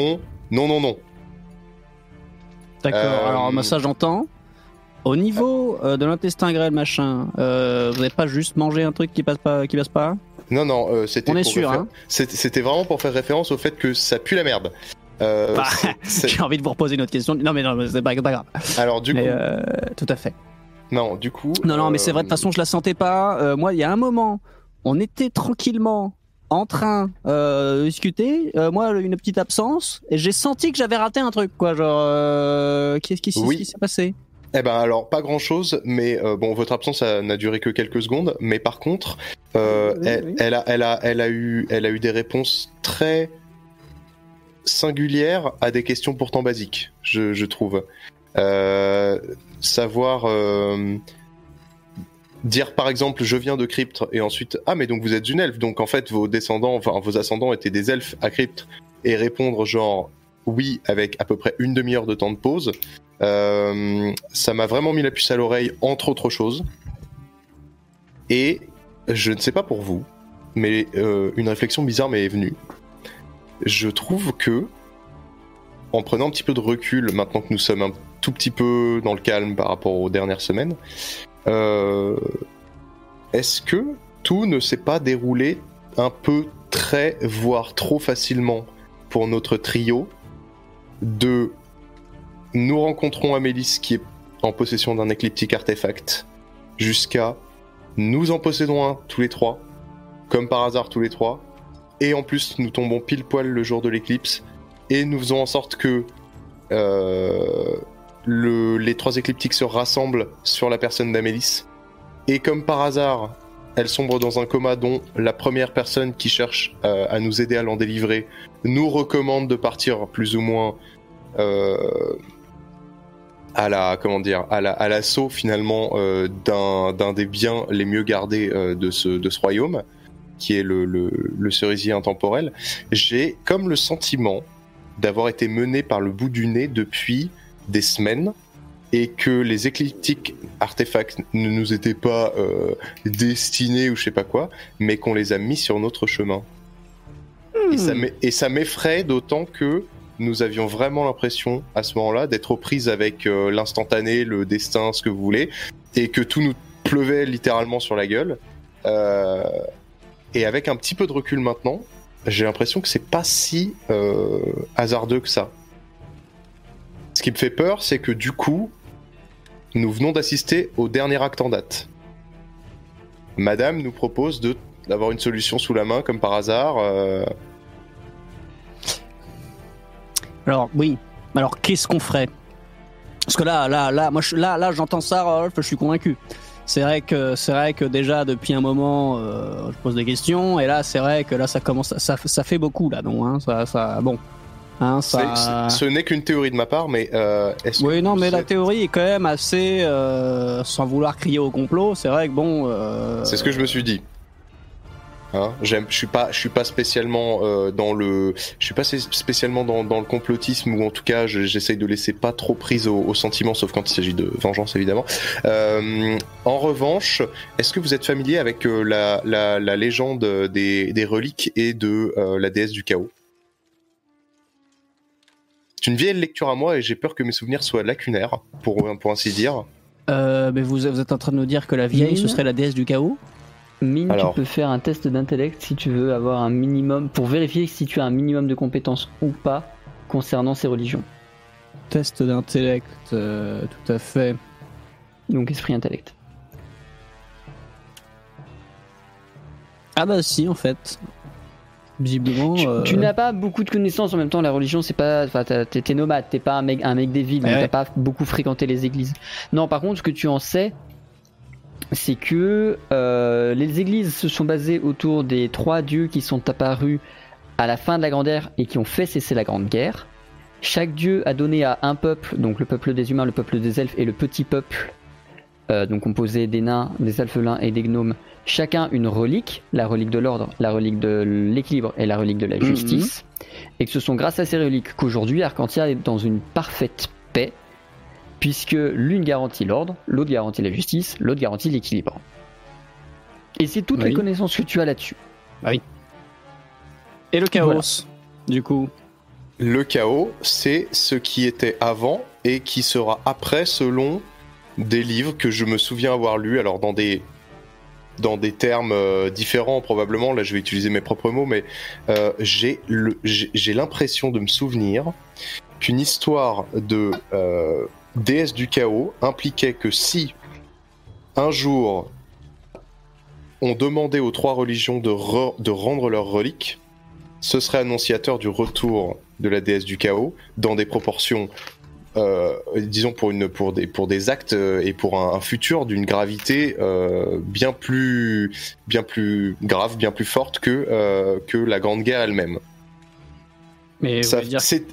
D'accord. Alors ça j'entends. Au niveau de l'intestin grêle machin, vous n'avez pas juste mangé un truc qui passe pas? Non, c'était. On est sûr, hein. C'était vraiment pour faire référence au fait que ça pue la merde. J'ai envie de vous reposer une autre question. Non, mais c'est pas grave. Alors du coup. Tout à fait. Non, du coup. Non, mais c'est vrai. De toute façon, je la sentais pas. Moi, il y a un moment, on était tranquillement en train de discuter. Moi, une petite absence, et j'ai senti que j'avais raté un truc, quoi. Genre, qu'est-ce qui s'est passé? Eh ben alors pas grand chose, mais bon, votre absence ça n'a duré que quelques secondes, mais par contre elle a eu des réponses très singulières à des questions pourtant basiques, je trouve. Savoir dire par exemple je viens de Crypte et ensuite ah mais donc vous êtes une elfe, donc en fait vos ascendants étaient des elfes à Crypte, et répondre genre oui avec à peu près une demi-heure de temps de pause. Ça m'a vraiment mis la puce à l'oreille, entre autres choses. Et je ne sais pas pour vous, mais une réflexion bizarre m'est venue. Je trouve que, en prenant un petit peu de recul, maintenant que nous sommes un tout tout petit peu dans le calme par rapport aux dernières semaines. Est-ce que tout ne s'est pas déroulé un peu très, voire trop facilement pour notre trio de nous rencontrons Amélis qui est en possession d'un écliptique artefact jusqu'à nous en possédons un tous les trois, comme par hasard tous les trois, et en plus nous tombons pile poil le jour de l'éclipse et nous faisons en sorte que les trois écliptiques se rassemblent sur la personne d'Amélis et comme par hasard elle sombre dans un coma dont la première personne qui cherche à nous aider à l'en délivrer nous recommande de partir plus ou moins à l'assaut finalement d'un des biens les mieux gardés de ce royaume, qui est le cerisier intemporel. J'ai comme le sentiment d'avoir été mené par le bout du nez depuis des semaines et que les écliptiques artefacts ne nous étaient pas destinés ou je sais pas quoi, mais qu'on les a mis sur notre chemin. Et ça m'effraie d'autant que nous avions vraiment l'impression à ce moment-là d'être aux prises avec l'instantané, le destin, ce que vous voulez, et que tout nous pleuvait littéralement sur la gueule. Et avec un petit peu de recul maintenant, j'ai l'impression que c'est pas si hasardeux que ça. Ce qui me fait peur, c'est que du coup, nous venons d'assister au dernier acte en date. Madame nous propose d'avoir une solution sous la main, comme par hasard. Alors oui, alors qu'est-ce qu'on ferait? Parce que là, j'entends ça, Rolf, je suis convaincu. C'est vrai que déjà depuis un moment, je pose des questions et là, c'est vrai que là, ça commence, ça fait beaucoup là, donc bon. Hein, ce n'est qu'une théorie de ma part, mais est-ce oui, que non, mais la théorie est quand même assez, sans vouloir crier au complot. C'est vrai que bon. C'est ce que je me suis dit. Hein, je suis pas spécialement dans le complotisme, ou en tout cas j'essaye de laisser pas trop prise au sentiment, sauf quand il s'agit de vengeance évidemment. En revanche, est-ce que vous êtes familier avec la légende des reliques et de la déesse du chaos? C'est une vieille lecture à moi et j'ai peur que mes souvenirs soient lacunaires, pour ainsi dire. Mais vous êtes en train de nous dire que la vieille, ce serait la déesse du chaos? Mine, alors, tu peux faire un test d'intellect si tu veux avoir un minimum, pour vérifier si tu as un minimum de compétences ou pas concernant ces religions. Test d'intellect, tout à fait. Donc esprit intellect. Ah bah si, en fait. Visiblement. Tu n'as pas beaucoup de connaissances en même temps. La religion, c'est pas. Enfin, t'es nomade, t'es pas un mec des villes, donc t'as pas beaucoup fréquenté les églises. Non, par contre, ce que tu en sais, c'est que les églises se sont basées autour des 3 dieux qui sont apparus à la fin de la Grande Guerre et qui ont fait cesser la Grande Guerre. Chaque dieu a donné à un peuple, donc le peuple des humains, le peuple des elfes et le petit peuple, donc composé des nains, des alphelins et des gnomes, chacun une relique, la relique de l'ordre, la relique de l'équilibre et la relique de la justice, et que ce sont grâce à ces reliques qu'aujourd'hui Arcantia est dans une parfaite paix, puisque l'une garantit l'ordre, l'autre garantit la justice, l'autre garantit l'équilibre. Et c'est toutes les connaissances que tu as là-dessus. Ah oui. Et le chaos, voilà. Du coup. Le chaos, c'est ce qui était avant et qui sera après selon des livres que je me souviens avoir lus, alors dans des termes différents probablement, là je vais utiliser mes propres mots, mais j'ai l'impression de me souvenir qu'une histoire de déesse du chaos impliquait que si un jour on demandait aux 3 religions de rendre leurs reliques, ce serait annonciateur du retour de la déesse du chaos dans des proportions disons pour des actes et pour un futur d'une gravité bien plus grave, bien plus forte que la Grande Guerre elle-même. Mais ça,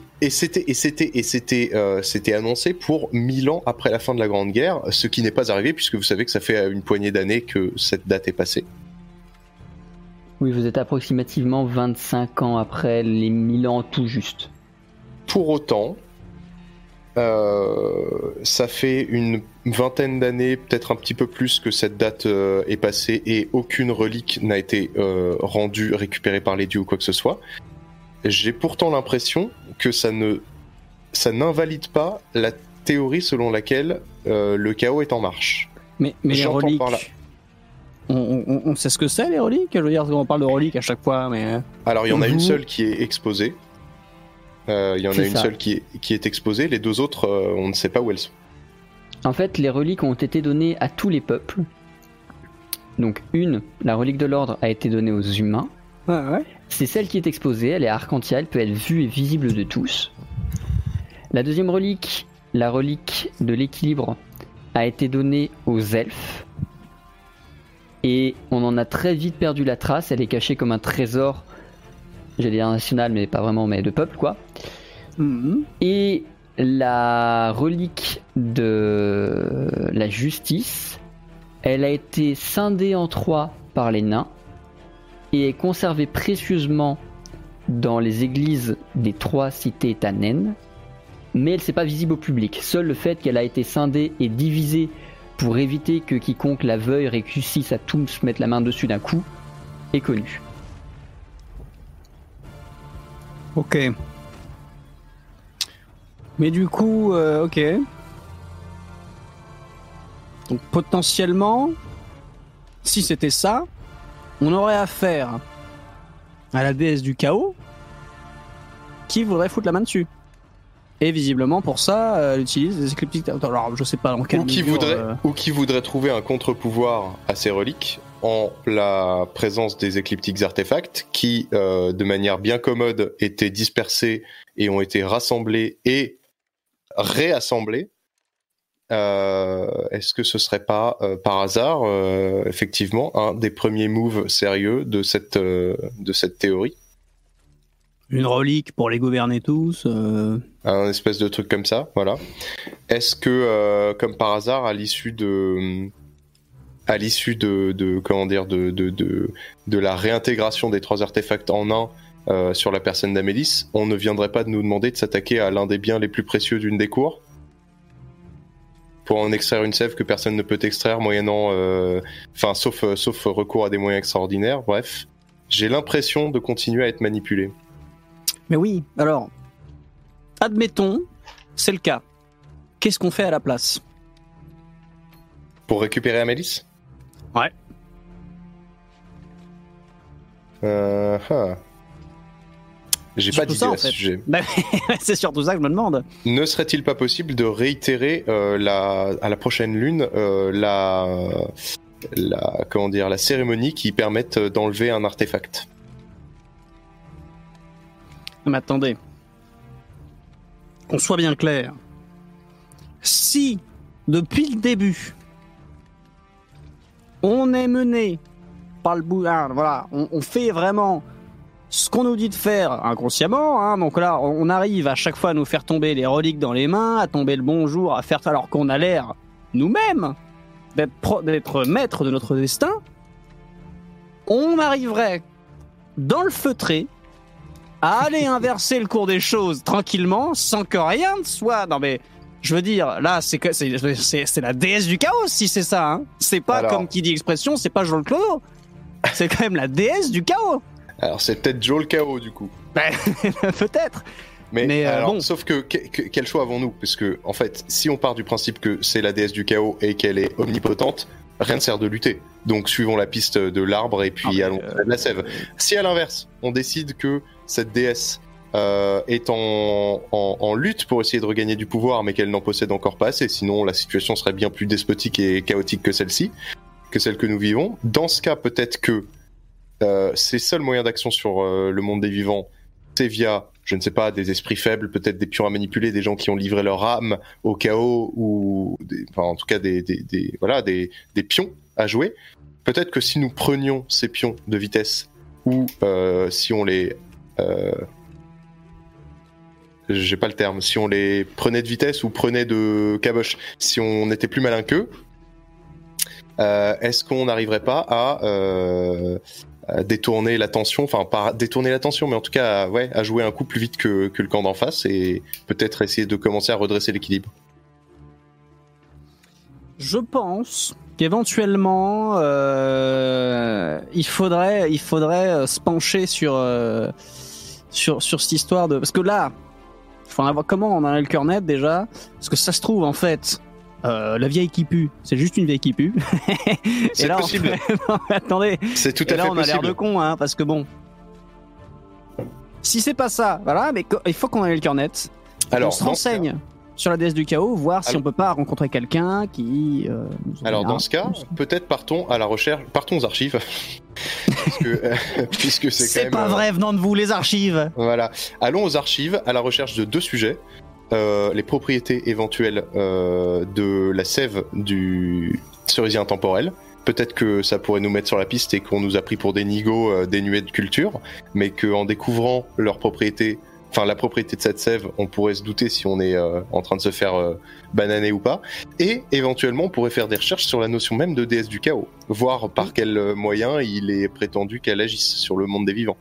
c'était annoncé pour 1000 ans après la fin de la Grande Guerre, ce qui n'est pas arrivé puisque vous savez que ça fait une poignée d'années que cette date est passée. Oui, vous êtes approximativement 25 ans après les 1000 ans tout juste. Pour autant, ça fait une vingtaine d'années, peut-être un petit peu plus que cette date est passée et aucune relique n'a été rendue, récupérée par les dieux ou quoi que ce soit. J'ai pourtant l'impression que ça n'invalide pas la théorie selon laquelle le chaos est en marche. Mais les J'entends reliques, par là. on sait ce que c'est les reliques? Je veux dire, on parle de reliques à chaque fois, mais... Alors il y en a une Vous- seule qui est exposée. Il y en a C'est une ça. seule qui est exposée. Les deux autres, on ne sait pas où elles sont. En fait, les reliques ont été données à tous les peuples. Donc la relique de l'ordre a été donnée aux humains. Ouais. C'est celle qui est exposée, elle est arc-en-ciel, elle peut être vue et visible de tous. La deuxième relique, la relique de l'équilibre, a été donnée aux elfes. Et on en a très vite perdu la trace, elle est cachée comme un trésor, j'allais dire national, mais pas vraiment, mais de peuple quoi. Mhm. Et la relique de la justice, elle a été scindée en 3 par les nains et est conservée précieusement dans les églises des 3 cités Tannen, mais elle n'est pas visible au public. Seul le fait qu'elle a été scindée et divisée pour éviter que quiconque la veuille réussisse à tous mettre la main dessus d'un coup est connu. Ok. Mais du coup, ok. Donc potentiellement, si c'était ça, on aurait affaire à la déesse du chaos qui voudrait foutre la main dessus. Et visiblement pour ça, elle utilise des écliptiques. Alors je sais pas dans quel Ou qui voudrait trouver un contre-pouvoir à ces reliques en la présence des écliptiques artefacts qui, de manière bien commode, étaient dispersés et ont été rassemblés et réassemblés. Est-ce que ce serait pas par hasard, effectivement, un des premiers moves sérieux de cette théorie? Une relique pour les gouverner tous. Un espèce de truc comme ça, voilà. Est-ce que, comme par hasard, à l'issue de comment dire, de la réintégration des 3 artefacts en un sur la personne d'Amélis, on ne viendrait pas de nous demander de s'attaquer à l'un des biens les plus précieux d'une des cours pour en extraire une sève que personne ne peut extraire moyennant, sauf recours à des moyens extraordinaires. Bref, j'ai l'impression de continuer à être manipulé. Mais oui, alors, admettons, c'est le cas. Qu'est-ce qu'on fait à la place? Pour récupérer Amélis? Ouais. J'ai Surtout pas d'idée ça, en à ce fait. sujet. Bah, c'est surtout ça que je me demande. Ne serait-il pas possible de réitérer à la prochaine lune la cérémonie qui permette d'enlever un artefact? Mais attendez. Qu'on soit bien clair. Si, depuis le début, on est mené par le bout, voilà, on fait vraiment ce qu'on nous dit de faire inconsciemment, hein, donc là, on arrive à chaque fois à nous faire tomber les reliques dans les mains, à tomber le bonjour, à faire ça alors qu'on a l'air, nous-mêmes, d'être maître de notre destin, on arriverait dans le feutré à aller inverser le cours des choses tranquillement sans que rien ne soit... Non mais, je veux dire, là, c'est la déesse du chaos si c'est ça, hein. C'est pas, alors, comme qui dit expression, c'est pas Jean Clodo. C'est quand même la déesse du chaos. Alors c'est peut-être Joe le chaos du coup. Peut-être. Mais alors, bon. sauf que quel choix avons-nous? Parce que en fait, si on part du principe que c'est la déesse du chaos et qu'elle est omnipotente, rien ne sert de lutter. Donc suivons la piste de l'arbre et puis allons de la sève. Si à l'inverse, on décide que cette déesse est en lutte pour essayer de regagner du pouvoir, mais qu'elle n'en possède encore pas assez, sinon la situation serait bien plus despotique et chaotique que celle-ci, que celle que nous vivons. Dans ce cas, peut-être que ses seuls moyens d'action sur le monde des vivants, c'est via, je ne sais pas, des esprits faibles, peut-être des pions à manipuler, des gens qui ont livré leur âme au chaos, ou en tout cas des pions à jouer. Peut-être que si nous prenions ces pions de vitesse, ou si on les... j'ai pas le terme, si on les prenait de vitesse ou prenait de caboche, si on était plus malin qu'eux, est-ce qu'on n'arriverait pas à détourner l'attention, enfin pas détourner l'attention, mais en tout cas à jouer un coup plus vite que le camp d'en face et peut-être essayer de commencer à redresser l'équilibre? Je pense qu'éventuellement il faudrait se pencher sur cette histoire de, parce que là faut en avoir comment on en a le cœur net déjà, parce que ça se trouve en fait. La vieille qui pue, c'est juste une vieille qui pue. C'est et là, possible. non, mais attendez. C'est tout Et à là, fait on a l'air possible. de con, hein, parce que bon. Si c'est pas ça, voilà, mais il faut qu'on ait le cœur net. Alors, On se dans ce cas- renseigne sur la déesse du chaos, voir si Alors- on peut pas rencontrer quelqu'un qui. nous Alors emmènera dans ce cas, plus. peut-être partons à la recherche, partons aux archives, puisque c'est quand C'est même. pas vrai, venant de vous, les archives. Voilà, allons aux archives à la recherche de 2 sujets. Les propriétés éventuelles de la sève du cerisier intemporel. Peut-être que ça pourrait nous mettre sur la piste et qu'on nous a pris pour des nigauds dénués de culture, mais qu'en découvrant leurs propriétés, enfin la propriété de cette sève, on pourrait se douter si on est en train de se faire bananer ou pas. Et éventuellement, on pourrait faire des recherches sur la notion même de déesse du chaos, voir par quel moyen il est prétendu qu'elle agisse sur le monde des vivants.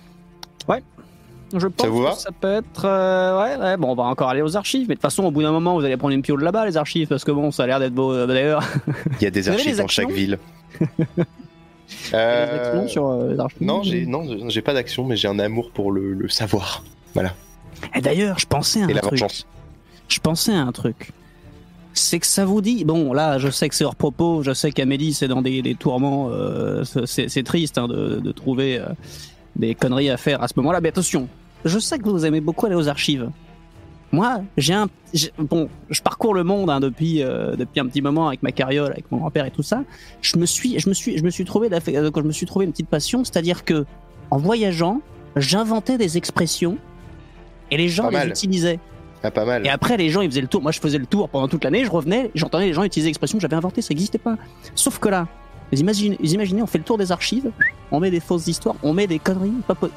Je pense vous va que ça peut être. Ouais, bon, on va encore aller aux archives, mais de toute façon, au bout d'un moment, vous allez prendre une piole là-bas, les archives, parce que bon, ça a l'air d'être beau. D'ailleurs, Il y a des Vous avez archives des dans actions chaque ville. les actions sur les archives. Non, j'ai pas d'action, mais j'ai un amour pour le savoir. Et d'ailleurs, je pensais à Et un la truc. vengeance. Je pensais à un truc. C'est que ça vous dit. Bon, là, je sais que c'est hors propos, je sais qu'Amélie, c'est dans des tourments. C'est triste hein, de trouver des conneries à faire à ce moment-là. Mais attention, je sais que vous aimez beaucoup aller aux archives. Moi, bon, je parcours le monde hein, depuis un petit moment avec ma carriole, avec mon grand-père et tout ça. Je me suis trouvé une petite passion, c'est-à-dire que en voyageant, j'inventais des expressions et les gens Pas les mal. utilisaient. Ah, pas mal. Et après, les gens, ils faisaient le tour. Moi, je faisais le tour pendant toute l'année. Je revenais, j'entendais les gens utiliser l'expression que j'avais inventée. Ça n'existait pas. Sauf que là, vous imaginez, on fait le tour des archives, on met des fausses histoires, on met des conneries.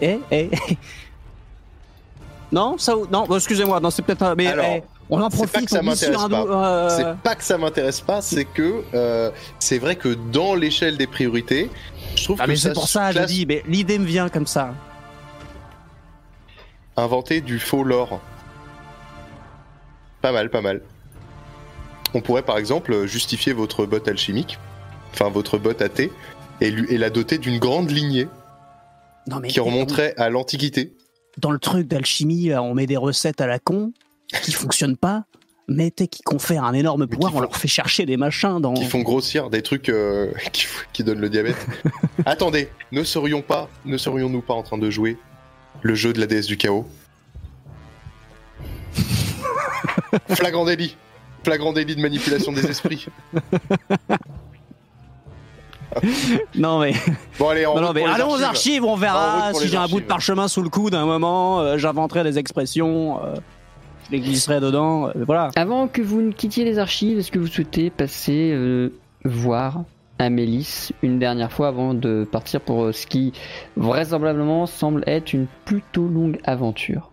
Non, ça, non, bon, excusez-moi, non, c'est peut-être un. Mais Alors, on en c'est pas profite. que ça on dit sur m'intéresse un C'est pas que ça m'intéresse pas, c'est que c'est vrai que dans l'échelle des priorités, je trouve Ah, que mais c'est pour ça, je classe dis, mais l'idée me vient comme ça. inventer du faux lore. Pas mal, pas mal. On pourrait par exemple justifier votre botte alchimique, enfin votre botte à thé, et la doter d'une grande lignée Non, mais qui remonterait à l'Antiquité. dans le truc d'alchimie, là, on met des recettes à la con qui fonctionnent pas, mais qui confèrent un énorme pouvoir. qui On font- leur fait chercher des machins dans. Qui font grossir des trucs qui donnent le diabète. Attendez, ne serions-nous pas en train de jouer le jeu de la déesse du chaos? Flagrant délit de manipulation des esprits. Non, mais. Bon allez, en Non, route non, mais pour les allons aux archives. archives, on En verra route pour si les j'ai un bout de archives. parchemin sous le coude à un moment, j'inventerai des expressions, je les glisserai dedans, voilà. Avant que vous ne quittiez les archives, est-ce que vous souhaitez passer voir Amélis une dernière fois avant de partir pour ce qui vraisemblablement semble être une plutôt longue aventure?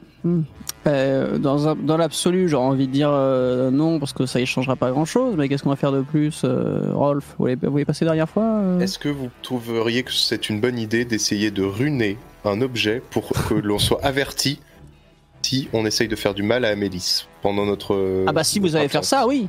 Dans l'absolu, j'aurais envie de dire non, parce que ça y changera pas grand chose, mais qu'est-ce qu'on va faire de plus, Rolf, vous voulez passer dernière fois Est-ce que vous trouveriez que c'est une bonne idée d'essayer de runer un objet pour que l'on soit averti si on essaye de faire du mal à Amélis pendant notre... Ah bah si vous allez faire ça, oui.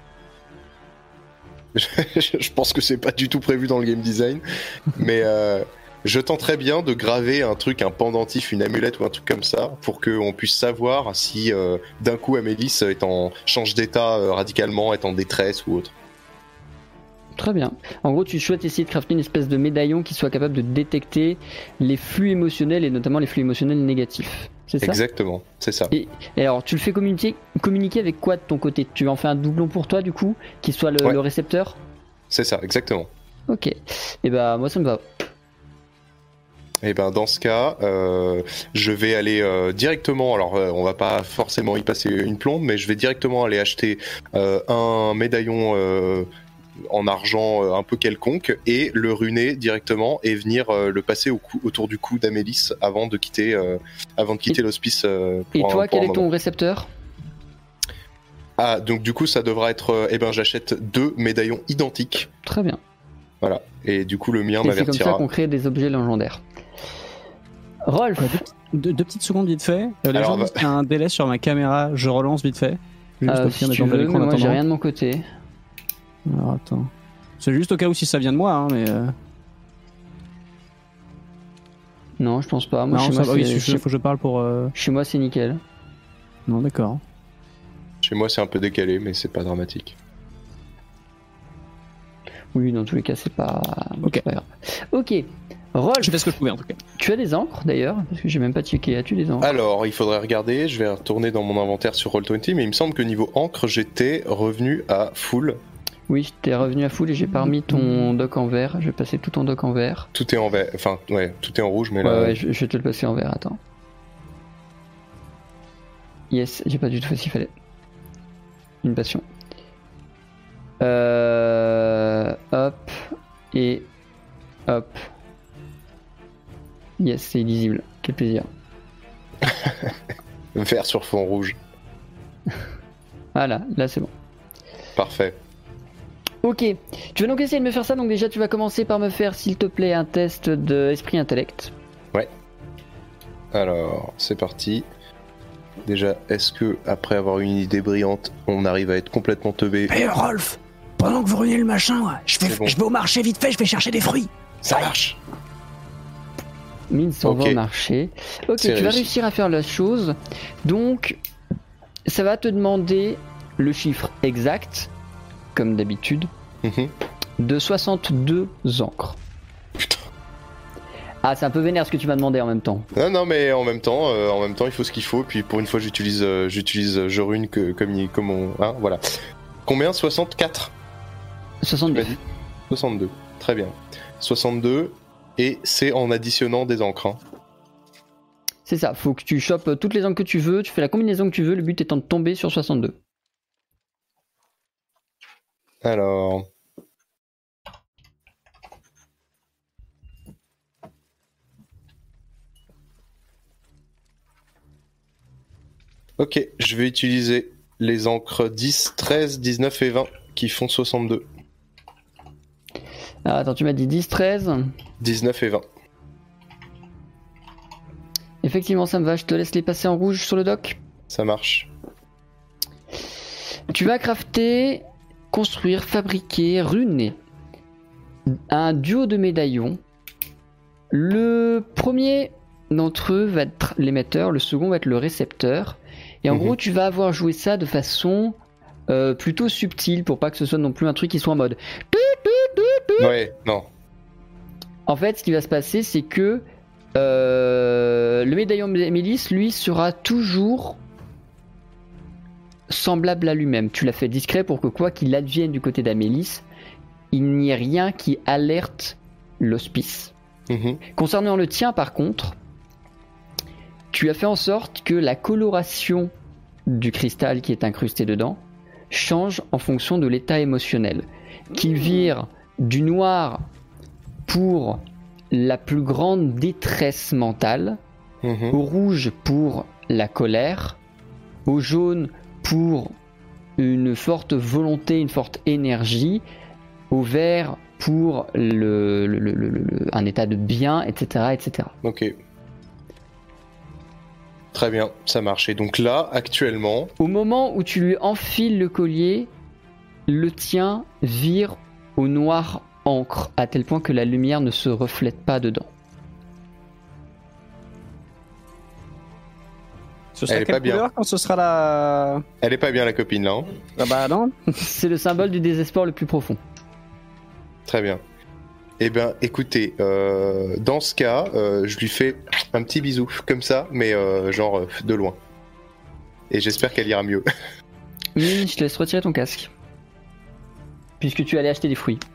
Je pense que c'est pas du tout prévu dans le game design, mais je tenterais bien de graver un pendentif, une amulette ou un truc comme ça, pour qu'on puisse savoir si d'un coup Amélis change d'état radicalement, est en détresse ou autre. Très bien. En gros, tu souhaites essayer de crafter une espèce de médaillon qui soit capable de détecter les flux émotionnels et notamment les flux émotionnels négatifs. C'est ça? Exactement, c'est ça. Et alors, tu le fais communiquer avec quoi de ton côté? Tu en fais un doublon pour toi, du coup, qui soit Ouais. le récepteur? C'est ça, exactement. Ok. Et bah, moi, ça me va. Et ben dans ce cas, je vais aller directement. Alors, on va pas forcément y passer une plombe, mais je vais directement aller acheter un médaillon en argent un peu quelconque et le runer directement et venir le passer autour du cou d'Amélis avant de quitter l'hospice. Et toi, quel est ton récepteur? Ah, donc du coup, ça devra être. J'achète 2 médaillons identiques. Très bien. Voilà. Et du coup, le mien Et c'est comme ça m'avertira. qu'on crée des objets légendaires. Rolf, Deux petites secondes vite fait. Les Alors, gens disent qu'il y a un délai sur ma caméra, je relance vite fait. Juste au pire si des tu gens de veux, l'écran mais en moi, j'ai attendant. rien de mon côté. Alors, attends. C'est juste au cas où si ça vient de moi, hein, mais. Non, je pense pas. Moi, Non, chez ça moi, va, oui, c'est- faut que je parle pour. chez moi, c'est nickel. Non, d'accord. Chez moi, c'est un peu décalé, mais c'est pas dramatique. Oui, dans tous les cas, c'est pas... Ok. c'est pas grave. Ok. Rolf, Je fais ce que je pouvais en tout cas. tu as des encres d'ailleurs? Parce que j'ai même pas checké. As-tu des encres? Alors, il faudrait regarder, je vais retourner dans mon inventaire sur Roll20, mais il me semble que niveau encre, j'étais revenu à full. Oui, t'es revenu à full et j'ai pas remis ton doc en vert. Je vais passer tout ton doc en vert. Tout est en vert, enfin, ouais, tout est en rouge, mais Ouais, là... ouais, je vais te le passer en vert, attends. Yes, j'ai pas du tout fait ce qu'il fallait. Une passion. Hop. Et... hop. Yes, c'est illisible. Quel plaisir. Vert sur fond rouge. Voilà, là c'est bon. Parfait. Ok, tu vas donc essayer de me faire ça, donc déjà tu vas commencer par me faire s'il te plaît un test d'esprit intellect. Alors, c'est parti. Déjà, est-ce que, après avoir une idée brillante, on arrive à être complètement teubé? Hé Rolf, pendant que vous ruinez le machin, ouais, je C'est bon. vais au marché vite fait, je vais chercher des fruits. Ça marche. Mine s'en Ok. va au marché. Ok, C'est tu vas réussi. réussir à faire la chose. Donc, ça va te demander le chiffre exact, comme d'habitude, Mhm. de 62 encres. Ah, c'est un peu vénère ce que tu m'as demandé en même temps. Non, mais en même temps, il faut ce qu'il faut. Puis pour une fois, j'utilise je rune comme on, hein, voilà. Combien? 64. 62. Tu m'as dit 62. Très bien. 62 et c'est en additionnant des encres. Hein. C'est ça, faut que tu chopes toutes les encres que tu veux, tu fais la combinaison que tu veux, le but étant de tomber sur 62. Alors. Ok, je vais utiliser les encres 10, 13, 19 et 20 qui font 62. Ah, attends, tu m'as dit 10, 13. 19 et 20. Effectivement, ça me va, je te laisse les passer en rouge sur le doc. Ça marche. Tu vas crafter, construire, fabriquer, runer un duo de médaillons. Le premier d'entre eux va être l'émetteur, le second va être le récepteur. Et en gros, tu vas avoir joué ça de façon plutôt subtile pour pas que ce soit non plus un truc qui soit en mode. Ouais, non. En fait, ce qui va se passer, c'est que le médaillon Mélis, lui, sera toujours semblable à lui-même. Tu l'as fait discret pour que quoi qu'il advienne du côté d'Amélis, il n'y ait rien qui alerte l'hospice. Mhm. Concernant le tien, par contre, tu as fait en sorte que la coloration du cristal qui est incrusté dedans change en fonction de l'état émotionnel, qui vire du noir pour la plus grande détresse mentale, Mhm. au rouge pour la colère, au jaune pour une forte volonté, une forte énergie, au vert pour un état de bien, etc., etc. Ok. Très bien, ça marche. Et donc là, actuellement, Au moment où tu lui enfiles le collier, le tien vire au noir encre, à tel point que la lumière ne se reflète pas dedans. Ce sera Elle est quelle pas bien. couleur quand ce sera la... elle est pas bien la copine là. Hein. Ah bah non. C'est le symbole du désespoir le plus profond. Très bien. Eh bien, écoutez, dans ce cas, je lui fais un petit bisou, comme ça, mais genre de loin. Et j'espère qu'elle ira mieux. Oui, je te laisse retirer ton casque. Puisque tu allais acheter des fruits.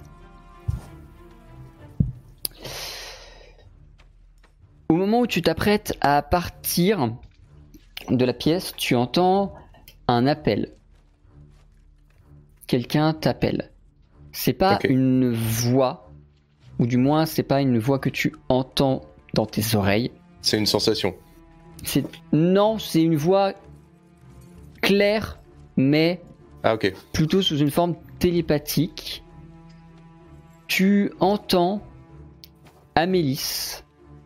Au moment où tu t'apprêtes à partir de la pièce, tu entends un appel. Quelqu'un t'appelle. C'est pas Ok. une voix, ou du moins c'est pas une voix que tu entends dans tes oreilles. C'est une sensation. Non, c'est une voix claire, mais Ah ok. plutôt sous une forme télépathique. Tu entends Amélis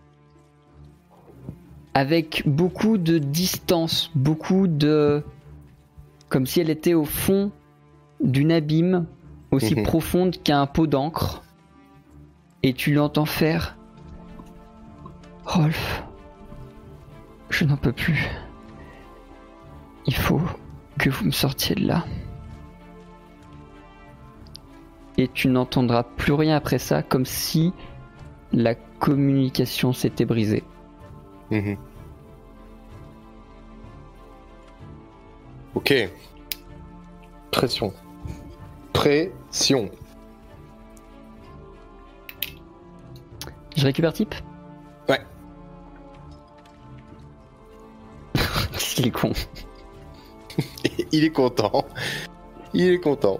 avec beaucoup de distance, beaucoup de... comme si elle était au fond d'une abîme aussi Mhm. profonde qu'un pot d'encre. Et tu l'entends faire: Rolf, je n'en peux plus. Il faut que vous me sortiez de là. Et tu n'entendras plus rien après ça, comme si la communication s'était brisée. Mhm. Ok. Pression. Pression. Je récupère type. Ouais. Qu'est-ce qu'il est con. Il est content. Il est content.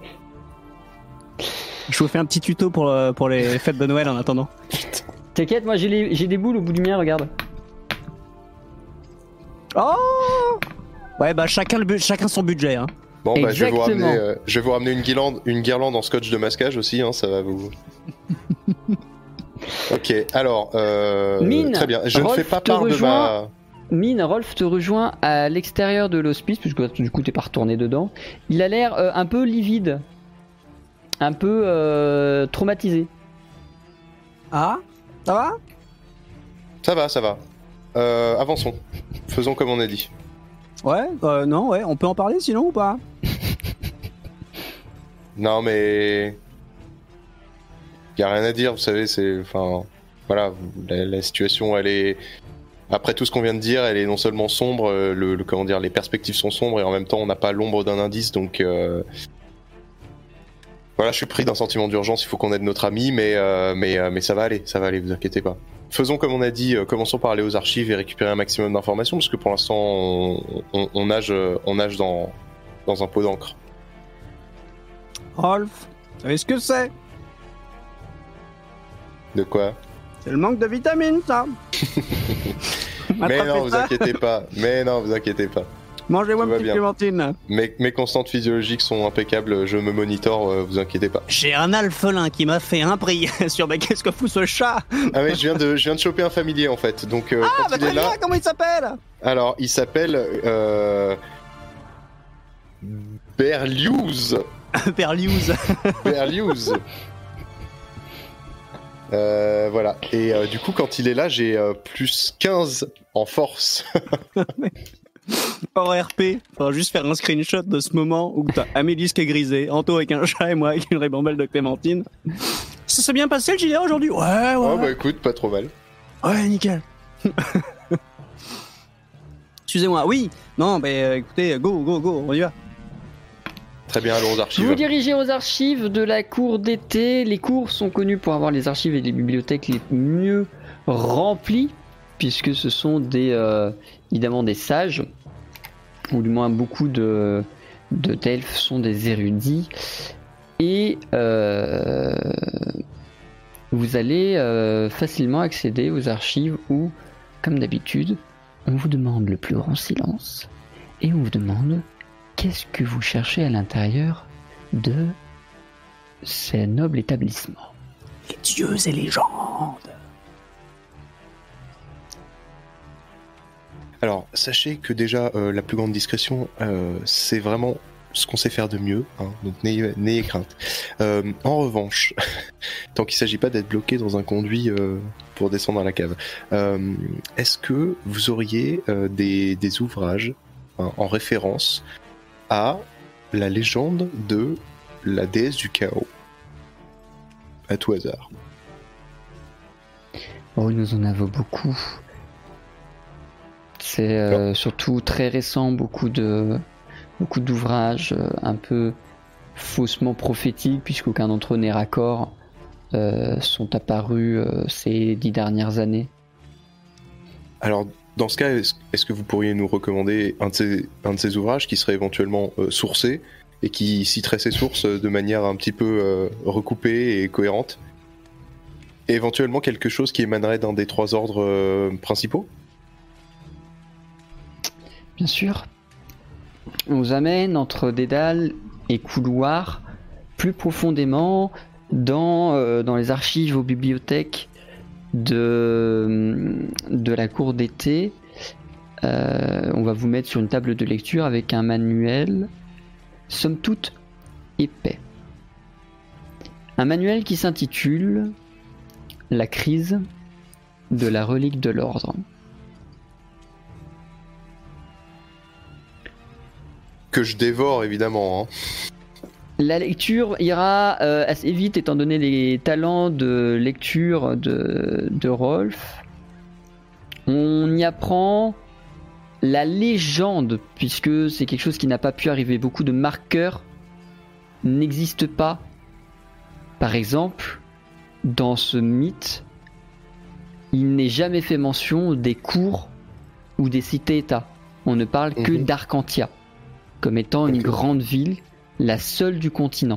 Je vous fais un petit tuto pour les fêtes de Noël en attendant. T'inquiète, moi j'ai des boules au bout du mien, regarde. Oh ouais, bah chacun son budget. Hein. Bon, bah, je Exactement. vais vous ramener une guirlande en scotch de masquage aussi, hein, ça va vous... Ok, alors... Mine, très bien, je ne Rolf fais pas te part de rejoint. ma... Mine, Rolf te rejoint à l'extérieur de l'hospice, puisque du coup t'es pas retourné dedans. Il a l'air un peu livide. Un peu traumatisé. Ah, ça va? Ça va. Avançons. Faisons comme on a dit. Ouais, non, ouais, on peut en parler sinon ou pas? Non, mais... Y a rien à dire, vous savez, c'est... Enfin... Voilà, la situation, elle est... Après tout ce qu'on vient de dire, elle est non seulement sombre, comment dire, les perspectives sont sombres, et en même temps, on n'a pas l'ombre d'un indice, donc... Voilà, je suis pris d'un sentiment d'urgence, il faut qu'on aide notre ami, mais ça va aller, vous inquiétez pas. Faisons comme on a dit, commençons par aller aux archives et récupérer un maximum d'informations, parce que pour l'instant, on nage dans un pot d'encre. Rolf, vous savez ce que c'est? De quoi? C'est le manque de vitamines, ça. Mais non, vous inquiétez pas. Mangez-moi Tout une va petite bien. clémentine. Mes constantes physiologiques sont impeccables, je me monitore, vous inquiétez pas. J'ai un alphelin qui m'a fait un prix sur mais qu'est-ce que fout ce chat? Ah ouais, je viens de choper un familier en fait, donc Ah quand bah il est très bien, là... comment il s'appelle? Alors, il s'appelle... Berlioz. Berlioz. Berlioz. Voilà. Et du coup, quand il est là, j'ai plus 15 en force. Hors RP, faudra juste faire un screenshot de ce moment où t'as Amélie qui est grisée, Anto avec un chat et moi avec une ribambelle de clémentine. Ça s'est bien passé le JDR aujourd'hui? Ouais. Oh bah écoute, pas trop mal. Ouais, nickel. Excusez-moi, oui. Non, bah écoutez, go, on y va. Très bien, allons aux Vous archives. vous dirigez aux archives de la cour d'été. Les cours sont connus pour avoir les archives et les bibliothèques les mieux remplies, puisque ce sont évidemment des sages, ou du moins beaucoup d'elfes sont des érudits. Et vous allez facilement accéder aux archives où, comme d'habitude, on vous demande le plus grand silence et on vous demande qu'est-ce que vous cherchez à l'intérieur de ce noble établissement. Les dieux et légendes. Alors, sachez que déjà, la plus grande discrétion, c'est vraiment ce qu'on sait faire de mieux, hein, donc n'ayez crainte. En revanche, tant qu'il ne s'agit pas d'être bloqué dans un conduit pour descendre à la cave, est-ce que vous auriez des ouvrages en référence à la légende de la déesse du chaos? À tout hasard. Oh, nous en avons beaucoup. C'est surtout très récent, beaucoup d'ouvrages un peu faussement prophétiques, puisqu'aucun d'entre eux n'est raccord, sont apparus ces 10 dernières années. Alors, dans ce cas, est-ce que vous pourriez nous recommander un de ces ouvrages qui serait éventuellement sourcé et qui citerait ses sources de manière un petit peu recoupée et cohérente? Et éventuellement quelque chose qui émanerait d'un des 3 ordres principaux? Bien sûr. On vous amène entre dédales et couloirs plus profondément dans les archives aux bibliothèques de la cour d'été. On va vous mettre sur une table de lecture avec un manuel somme toute épais. Un manuel qui s'intitule La crise de la relique de l'ordre. Que je dévore évidemment. Hein. La lecture ira assez vite étant donné les talents de lecture de Rolf. On y apprend la légende, puisque c'est quelque chose qui n'a pas pu arriver. Beaucoup de marqueurs n'existent pas. Par exemple, dans ce mythe, il n'est jamais fait mention des cours ou des cités-états. On ne parle que d'Arcantia, comme étant une grande ville, la seule du continent.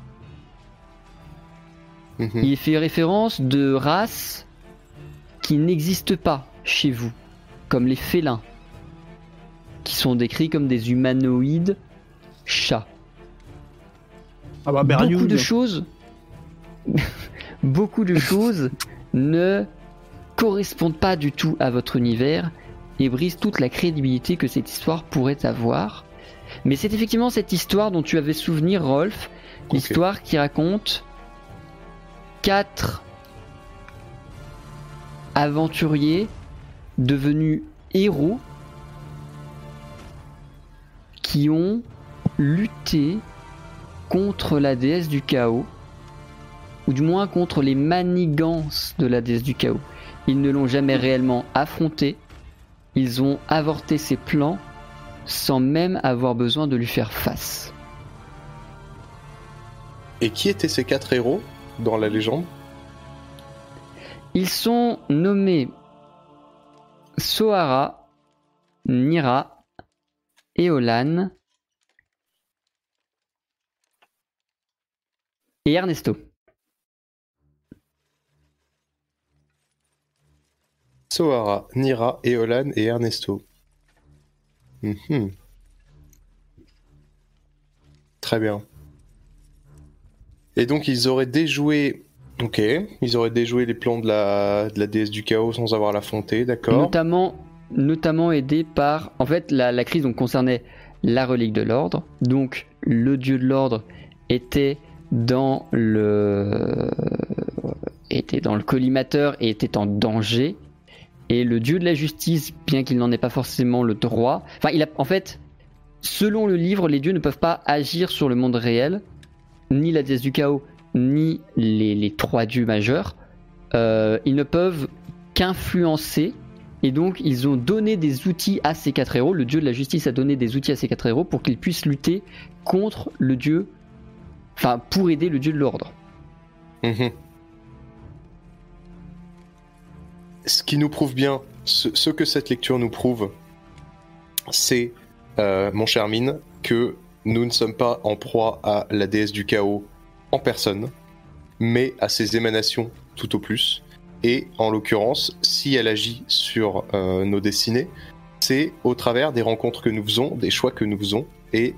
Il fait référence de races qui n'existent pas chez vous, comme les félins, qui sont décrits comme des humanoïdes chats. Ah bah, beaucoup de choses ne correspondent pas du tout à votre univers et brisent toute la crédibilité que cette histoire pourrait avoir. Mais c'est effectivement cette histoire dont tu avais souvenir, Rolf, l'histoire qui raconte 4 aventuriers devenus héros qui ont lutté contre la déesse du chaos, ou du moins contre les manigances de la déesse du chaos. Ils ne l'ont jamais réellement affrontée, ils ont avorté ses plans sans même avoir besoin de lui faire face. Et qui étaient ces 4 héros dans la légende ? Ils sont nommés Sohara, Nira, Éolan et Ernesto. Sohara, Nira, Éolan et Ernesto. Très bien. Et donc ils auraient déjoué... Ok, ils auraient déjoué les plans de la déesse du chaos sans avoir à l'affronter, d'accord. Notamment aidé par... En fait, la crise donc, concernait la relique de l'ordre. Donc, le dieu de l'ordre était dans le collimateur et était en danger. Et le dieu de la justice, bien qu'il n'en ait pas forcément le droit... en fait, selon le livre, les dieux ne peuvent pas agir sur le monde réel, ni la déesse du chaos, ni les 3 dieux majeurs. Ils ne peuvent qu'influencer, et donc ils ont donné des outils à ces 4 héros. Le dieu de la justice a donné des outils à ces 4 héros pour qu'ils puissent lutter contre le dieu... Enfin, pour aider le dieu de l'ordre. Ce qui nous prouve bien, ce que cette lecture nous prouve, c'est, mon cher Mine, que nous ne sommes pas en proie à la déesse du chaos en personne, mais à ses émanations tout au plus. Et en l'occurrence, si elle agit sur nos destinées, c'est au travers des rencontres que nous faisons, des choix que nous faisons, et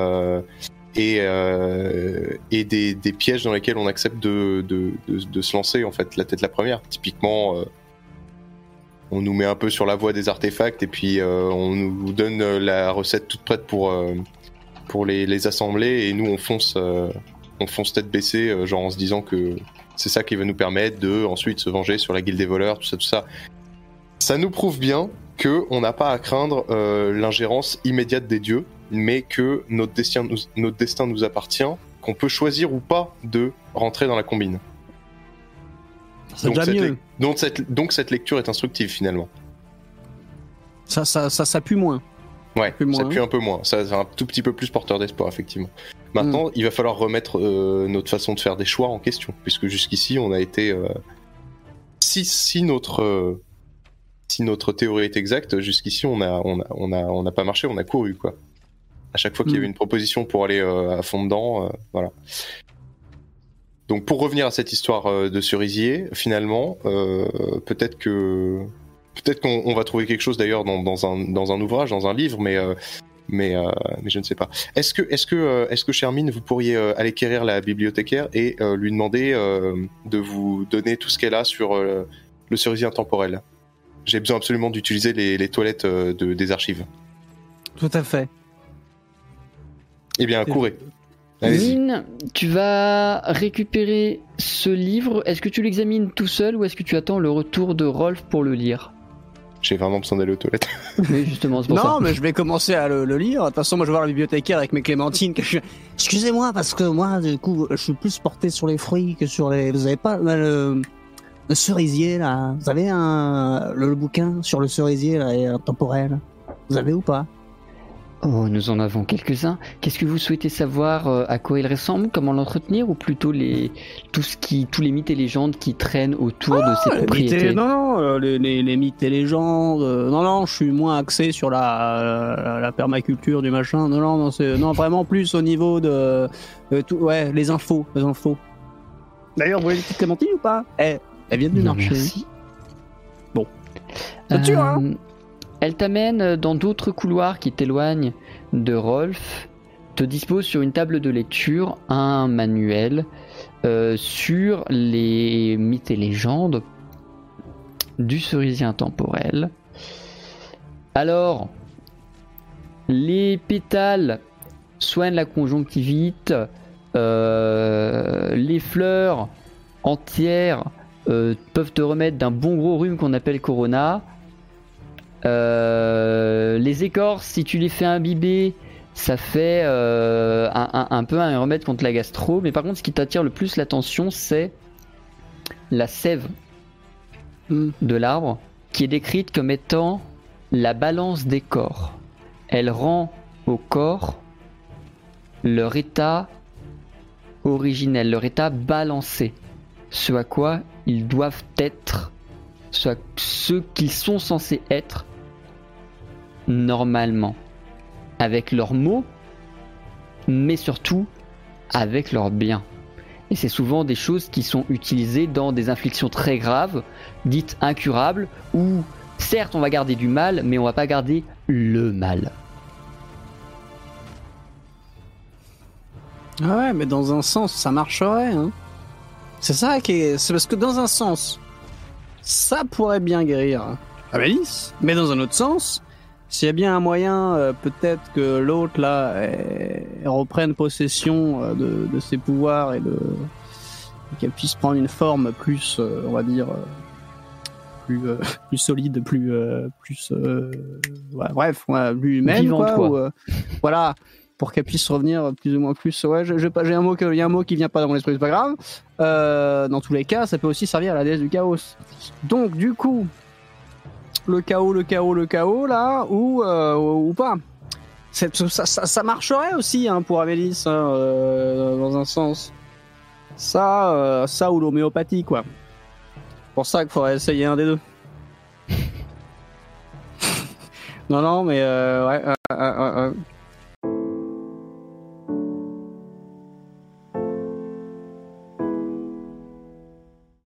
des pièges dans lesquels on accepte de se lancer, en fait, la tête la première. Typiquement... on nous met un peu sur la voie des artefacts et puis on nous donne la recette toute prête pour les assembler et nous on fonce tête baissée, genre en se disant que c'est ça qui va nous permettre de ensuite se venger sur la guilde des voleurs, tout ça. Ça nous prouve bien qu'on n'a pas à craindre l'ingérence immédiate des dieux, mais que notre destin nous appartient, qu'on peut choisir ou pas de rentrer dans la combine. Donc cette lecture est instructive finalement. Ça pue moins. Ouais, ça pue un peu moins. Ça, c'est un tout petit peu plus porteur d'espoir effectivement. Maintenant, il va falloir remettre notre façon de faire des choix en question, puisque jusqu'ici on a été... Si notre théorie est exacte, jusqu'ici on n'a pas marché, on a couru quoi. À chaque fois qu'il y avait une proposition pour aller à fond dedans, voilà. Donc pour revenir à cette histoire de cerisier, finalement, peut-être qu'on va trouver quelque chose d'ailleurs dans un ouvrage, dans un livre, mais je ne sais pas. Est-ce que Charmine, vous pourriez aller quérir la bibliothécaire et lui demander de vous donner tout ce qu'elle a sur le cerisier intemporel. J'ai besoin absolument d'utiliser les toilettes des archives. Tout à fait. Eh bien, courez. Mine, tu vas récupérer ce livre. Est-ce que tu l'examines tout seul ou est-ce que tu attends le retour de Rolf pour le lire ? J'ai vraiment besoin d'aller aux toilettes. Oui, justement, c'est pour ça. Non, mais je vais commencer à le lire. De toute façon, moi, je vais voir la bibliothécaire avec mes clémentines. Excusez-moi, parce que moi, du coup, je suis plus porté sur les fruits que sur les... Vous avez pas le cerisier, là? Vous avez le bouquin sur le cerisier, là, et temporel? Vous avez ou pas? Oh, nous en avons quelques-uns. Qu'est-ce que vous souhaitez savoir, à quoi il ressemble, comment l'entretenir, ou plutôt tous les mythes et légendes qui traînent autour de ces propriétés? Les mythes et légendes. Non, je suis moins axé sur la permaculture du machin. Non, vraiment plus au niveau de tout. Ouais, les infos. D'ailleurs, vous voulez des petites clémentines ou pas? Elles viennent du marché. Merci. Bon. Ça tue, hein? Elle t'amène dans d'autres couloirs qui t'éloignent de Rolf, te dispose sur une table de lecture un manuel sur les mythes et légendes du cerisier intemporel. Alors, les pétales soignent la conjonctivite, les fleurs entières peuvent te remettre d'un bon gros rhume qu'on appelle corona. Les écorces, si tu les fais imbiber, ça fait un peu un remède contre la gastro. Mais par contre, ce qui t'attire le plus l'attention, c'est la sève de l'arbre, qui est décrite comme étant la balance des corps. Elle rend au corps leur état originel, leur état balancé, ce à quoi ils doivent être, ce qu'ils sont censés être normalement, avec leurs maux, mais surtout avec leurs biens. Et c'est souvent des choses qui sont utilisées dans des inflictions très graves, dites incurables, où certes on va garder du mal, mais on va pas garder le mal. Ah ouais, mais dans un sens, ça marcherait, hein. C'est parce que dans un sens, ça pourrait bien guérir Amélis, mais dans un autre sens, s'il y a bien un moyen, peut-être que l'autre là reprenne possession de ses pouvoirs et qu'elle puisse prendre une forme plus, on va dire, plus solide, plus plus humaine, vivante, quoi. Ou, voilà, pour qu'elle puisse revenir plus ou moins plus. Ouais, il y a un mot qui vient pas dans mon esprit, c'est pas grave. Dans tous les cas, ça peut aussi servir à la déesse du chaos. Donc du coup, le chaos là, ou pas. Ça marcherait aussi, hein, pour Amélis, hein, dans un sens. Ça ou l'homéopathie, quoi. C'est pour ça qu'il faudrait essayer un des deux. Non, mais ouais.